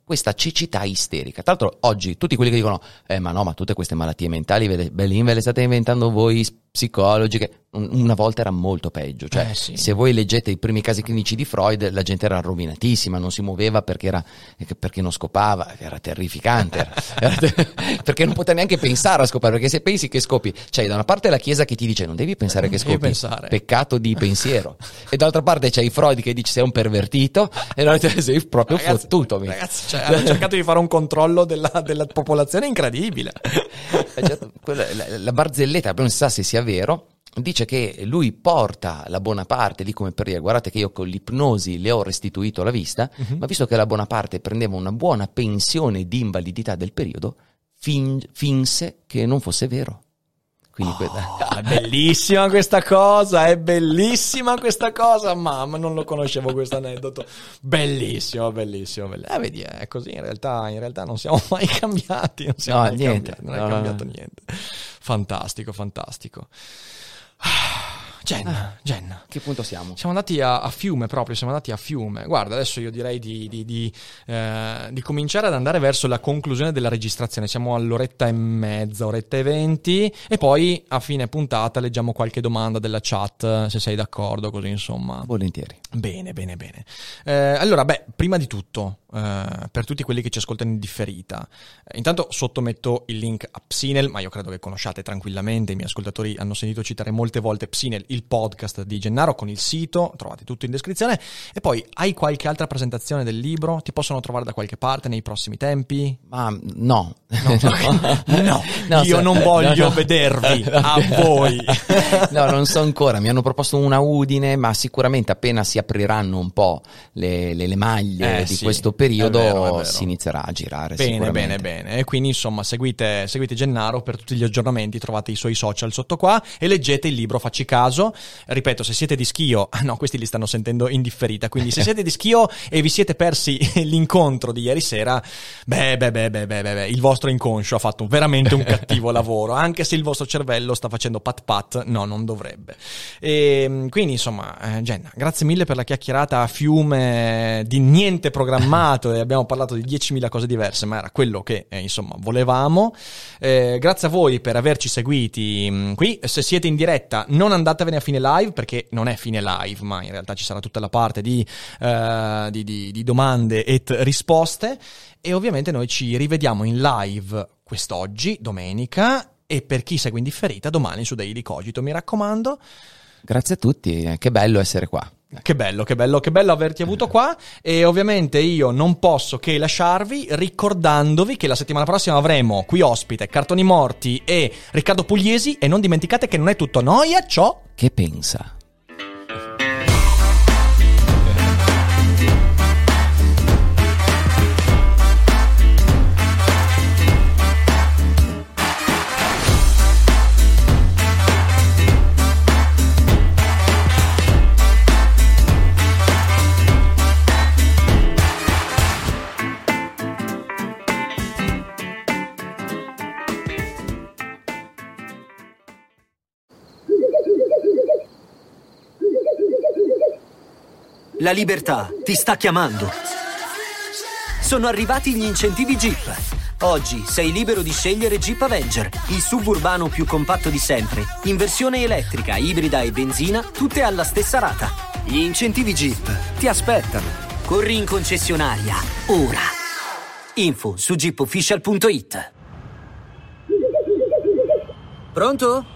questa cecità isterica. Tra l'altro oggi tutti quelli che dicono eh ma no, ma tutte queste malattie mentali ve le, ve le state inventando voi psicologiche, una volta era molto peggio, cioè eh sì. se voi leggete i primi casi clinici di Freud, la gente era rovinatissima, non si muoveva perché era perché non scopava, era terrificante, era, era ter- perché non poteva neanche pensare a scopare, perché se pensi che scopi, cioè da una parte la Chiesa che ti dice non devi pensare che scopi, pensare. peccato di pensiero, e dall'altra parte c'è i Freud che dice sei un pervertito e non sei proprio ragazzi, fottuto. Ragazzi, cioè, hanno cercato di fare un controllo della, della popolazione incredibile. Certo, quella, la, la barzelletta, non si sa se sia vero, dice che lui porta la Bonaparte lì come per dire guardate che io con l'ipnosi le ho restituito la vista, uh-huh. ma visto che la Bonaparte prendeva una buona pensione di invalidità del periodo, fin, finse che non fosse vero. Quindi oh, quella... è bellissima questa cosa, è bellissima questa cosa, mamma, non lo conoscevo questo aneddoto, bellissimo, bellissimo, bellissimo. Eh, vedi, è così, in realtà, in realtà non siamo mai cambiati, non siamo no, mai niente, cambiati, non no, è cambiato no. niente, fantastico, fantastico. Jenna, ah, Jenna. Che punto siamo? Siamo andati a, a fiume proprio, siamo andati a fiume. Guarda, adesso io direi di, di, di, eh, di cominciare ad andare verso la conclusione della registrazione. Siamo all'oretta e mezza, oretta e venti, e poi a fine puntata leggiamo qualche domanda della chat, se sei d'accordo, così insomma. Volentieri. Bene, bene, bene. Eh, allora, beh, prima di tutto, eh, per tutti quelli che ci ascoltano in differita, eh, intanto sottometto il link a Psinel, ma io credo che conosciate tranquillamente, i miei ascoltatori hanno sentito citare molte volte Psinel, il podcast di Gennaro con il sito, trovate tutto in descrizione. E poi, hai qualche altra presentazione del libro? Ti possono trovare da qualche parte nei prossimi tempi? Ma no. No, no, no. no io so, non voglio no, no. vedervi, a voi. No, non so ancora, mi hanno proposto una Udine, ma sicuramente appena si apriranno un po' le, le, le maglie eh, di sì, questo periodo, è vero, è vero. si inizierà a girare. Bene, bene, bene. E quindi insomma seguite, seguite Gennaro per tutti gli aggiornamenti, trovate i suoi social sotto qua e leggete il libro, facci caso. Ripeto, se siete di Schio, ah no, questi li stanno sentendo in differita, quindi se siete di Schio e vi siete persi l'incontro di ieri sera, beh, beh, beh, beh, beh, beh, il vostro inconscio ha fatto veramente un cattivo lavoro, anche se il vostro cervello sta facendo pat pat, no, non dovrebbe. E quindi insomma, eh, Jenna, grazie mille per la chiacchierata a fiume di niente programmato e abbiamo parlato di diecimila cose diverse, ma era quello che eh, insomma volevamo. Eh, grazie a voi per averci seguiti mh, qui. Se siete in diretta non andatevene a fine live, perché non è fine live, ma in realtà ci sarà tutta la parte di, uh, di, di, di domande e risposte, e ovviamente noi ci rivediamo in live quest'oggi, domenica, e per chi segue in differita domani su Daily Cogito, mi raccomando. Grazie a tutti, che bello essere qua. Che bello, che bello, che bello averti avuto qua. E ovviamente io non posso che lasciarvi ricordandovi che la settimana prossima avremo qui ospite Cartoni Morti e Riccardo Pugliesi, e non dimenticate che non è tutto noia ciò che pensa. La libertà ti sta chiamando. Sono arrivati gli incentivi Jeep. Oggi sei libero di scegliere Jeep Avenger, il suburbano più compatto di sempre, in versione elettrica, ibrida e benzina, tutte alla stessa rata. Gli incentivi Jeep ti aspettano. Corri in concessionaria, ora. Info su jeep official punto it. Pronto?